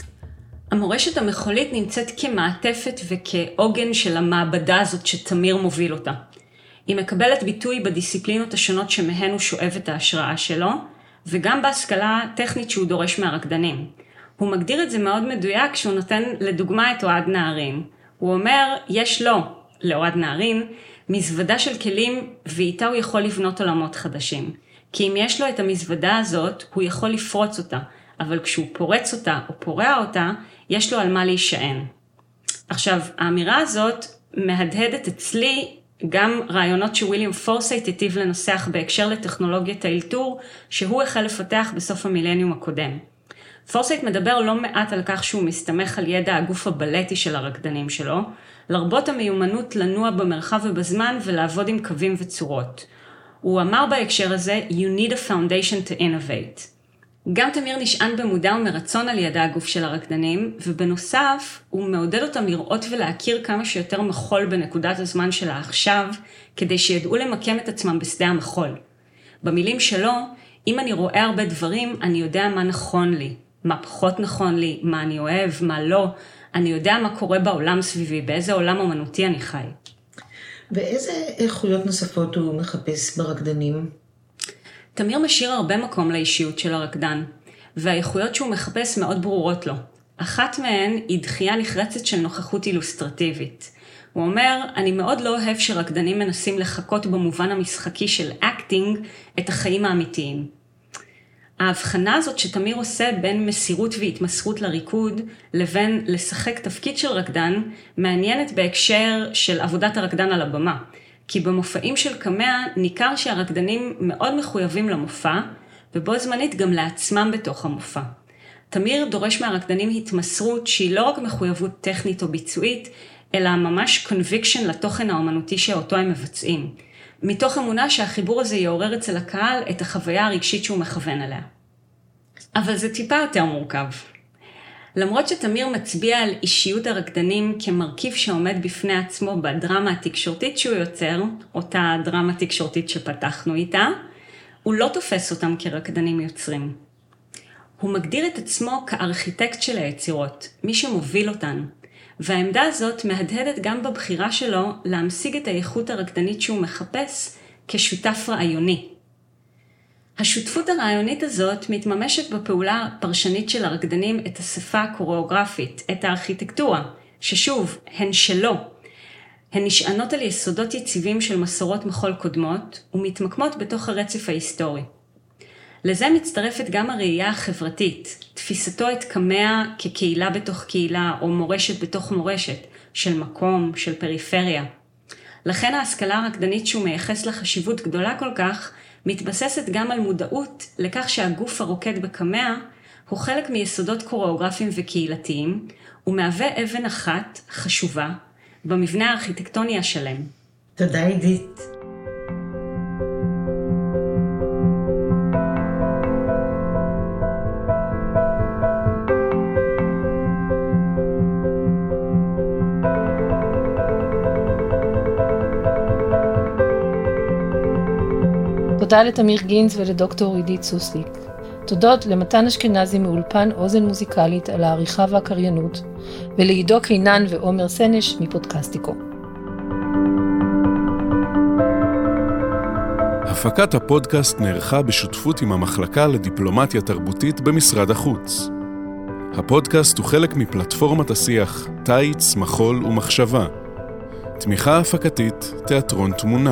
המורשת המחולית נמצאת כמעטפת וכעוגן של המעבדה הזאת שתמיר מוביל אותה. היא מקבלת ביטוי בדיסציפלינות השונות שמהן הוא שואב את ההשראה שלו, וגם בהשכלה טכנית שהוא דורש מהרקדנים. הוא מגדיר את זה מאוד מדויק כשהוא נותן לדוגמה את אוהד נהרין. הוא אומר, יש לו, לאוהד נהרין, מזוודה של כלים, ואיתה הוא יכול לבנות עולמות חדשים. כי אם יש לו את המזוודה הזאת, הוא יכול לפרוץ אותה, אבל כשהוא פורץ אותה או פורע אותה, יש לו על מה להישען. עכשיו, האמירה הזאת מהדהדת אצלי גם רעיונות שוויליאם פורסייט היטיב לנסח בהקשר לטכנולוגיית האלתור, שהוא החל לפתח בסוף המילניום הקודם. פורסייט מדבר לא מעט על כך שהוא מסתמך על ידע הגוף הבלטי של הרקדנים שלו, לרבות המיומנות לנוע במרחב ובזמן ולעבוד עם קווים וצורות. הוא אמר בהקשר הזה, you need a foundation to innovate. גם תמיר נשען במודע ומרצון על ידע הגוף של הרקדנים, ובנוסף הוא מעודד אותם לראות ולהכיר כמה שיותר מחול בנקודת הזמן שלה עכשיו, כדי שידעו למקם את עצמם בשדה המחול. במילים שלו, אם אני רואה הרבה דברים, אני יודע מה נכון לי, מה פחות נכון לי, מה אני אוהב, מה לא, אני יודע מה קורה בעולם סביבי, באיזה עולם אומנותי אני חי. ואיזה איכויות נוספות הוא מחפש ברקדנים? תמיר משאיר הרבה מקום לאישיות של הרקדן, והאיכויות שהוא מחפש מאוד ברורות לו. אחת מהן היא דחייה נחרצת של נוכחות אילוסטרטיבית. הוא אומר, אני מאוד לא אוהב שרקדנים מנסים לחכות במובן המשחקי של אקטינג את החיים האמיתיים. ההבחנה הזאת שתמיר עושה בין מסירות והתמסרות לריקוד, לבין לשחק תפקיד של רקדן, מעניינת בהקשר של עבודת הרקדן על הבמה. כי במופעים של קמע ניכר שהרקדנים מאוד מחויבים למופע, ובו זמנית גם לעצמם בתוך המופע. תמיר דורש מהרקדנים התמסרות שהיא לא רק מחויבות טכנית או ביצועית, אלא ממש conviction לתוכן האומנותי שאותו הם מבצעים. מתוך אמונה שהחיבור הזה יעורר אצל הקהל את החוויה הרגשית שהוא מכוון אליה. אבל זה טיפה יותר מורכב. למרות שתמיר מצביע על אישיות הרקדנים כמרכיב שעומד בפני עצמו בדרמה התקשורתית שהוא יוצר, אותה דרמה תקשורתית שפתחנו איתה, הוא לא תופס אותם כרקדנים יוצרים. הוא מגדיר את עצמו כארכיטקט של היצירות, מי שמוביל אותן, והעמדה הזאת מהדהדת גם בבחירה שלו להמשיג את האיכות הרקדנית שהוא מחפש כשותף רעיוני. השותפות הרעיונית הזאת מתממשת בפעולה הפרשנית של הרקדנים את השפה הקוריאוגרפית, את הארכיטקטורה, ששוב, הן שלו. הן נשענות על יסודות יציבים של מסורות מחול קודמות ומתמקמות בתוך הרצף ההיסטורי. לזה מצטרפת גם הראייה החברתית, תפיסתו את קמיה כקהילה בתוך קהילה או מורשת בתוך מורשת, של מקום, של פריפריה. לכן ההשכלה הרקדנית שהוא מייחס לחשיבות גדולה כל כך, מתבססת גם על מודעות לכך שהגוף הרוקד בקמיה הוא חלק מיסודות קוריאוגרפיים וקהילתיים, ומהווה אבן אחת חשובה במבנה הארכיטקטוני השלם. תודה עידית. תודה לתמיר גינץ ולדוקטור עידית סוסליק. תודות למתן אשכנזי מאולפן אוזן מוזיקלית על העריכה והקריינות, ולעידו קינן ועומר סנש מפודקאסטיקו. הפקת הפודקאסט נערכה בשותפות עם המחלקה לדיפלומטיה תרבותית במשרד החוץ. הפודקאסט הוא חלק מפלטפורמת השיח תיץ, מחול ומחשבה. תמיכה הפקתית, תיאטרון תמונה.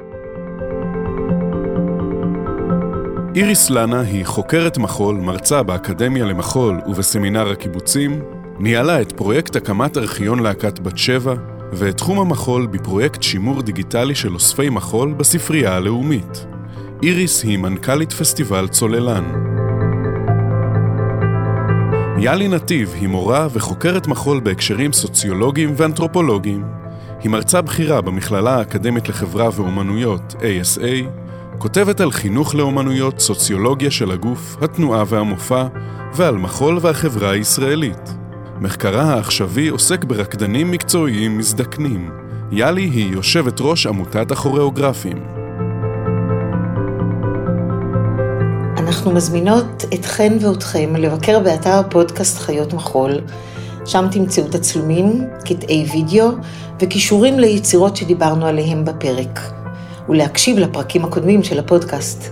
איריס לנה היא חוקרת מחול, מרצה באקדמיה למחול ובסמינר הקיבוצים, ניהלה את פרויקט הקמת ארכיון להקת בת שבע, ואת תחום המחול בפרויקט שימור דיגיטלי של אוספי מחול בספרייה הלאומית. איריס היא מנכ"לית פסטיבל צוללן. יאלי נתיב היא מורה וחוקרת מחול בהקשרים סוציולוגיים ואנתרופולוגיים. היא מרצה בכירה במכללה האקדמית לחברה ואומנויות ASA, כותבת על חינוך לאומנויות, סוציולוגיה של הגוף, התנועה והמופע, ועל מחול והחברה הישראלית. מחקרה העכשווי עוסק ברקדנים מקצועיים מזדקנים. יאלי היא יושבת ראש עמותת הכוריאוגרפים. אנחנו מזמינות אתכן ואתכם לבקר באתר הפודקאסט חיות מחול, שם תמצאו תצלומים, קטעי וידאו וקישורים ליצירות שדיברנו עליהם בפרק, ולהקשיב לפרקים הקודמים של הפודקאסט.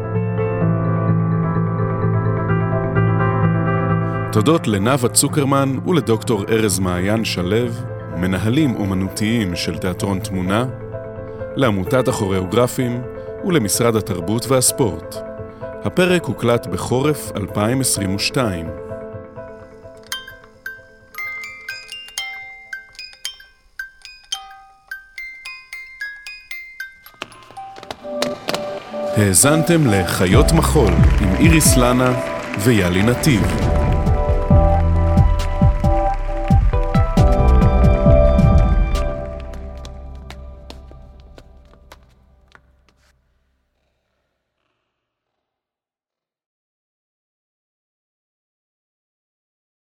תודות לנאווה צוקרמן ולדוקטור ארז מעיין שלו, מנהלים אומנותיים של תיאטרון תמונה, לעמותת הכוריאוגרפים ולמשרד התרבות והספורט. הפרק הוקלט בחורף 2022. האזנתם לחיות מחול עם איריס לנה ויאלי נתיב.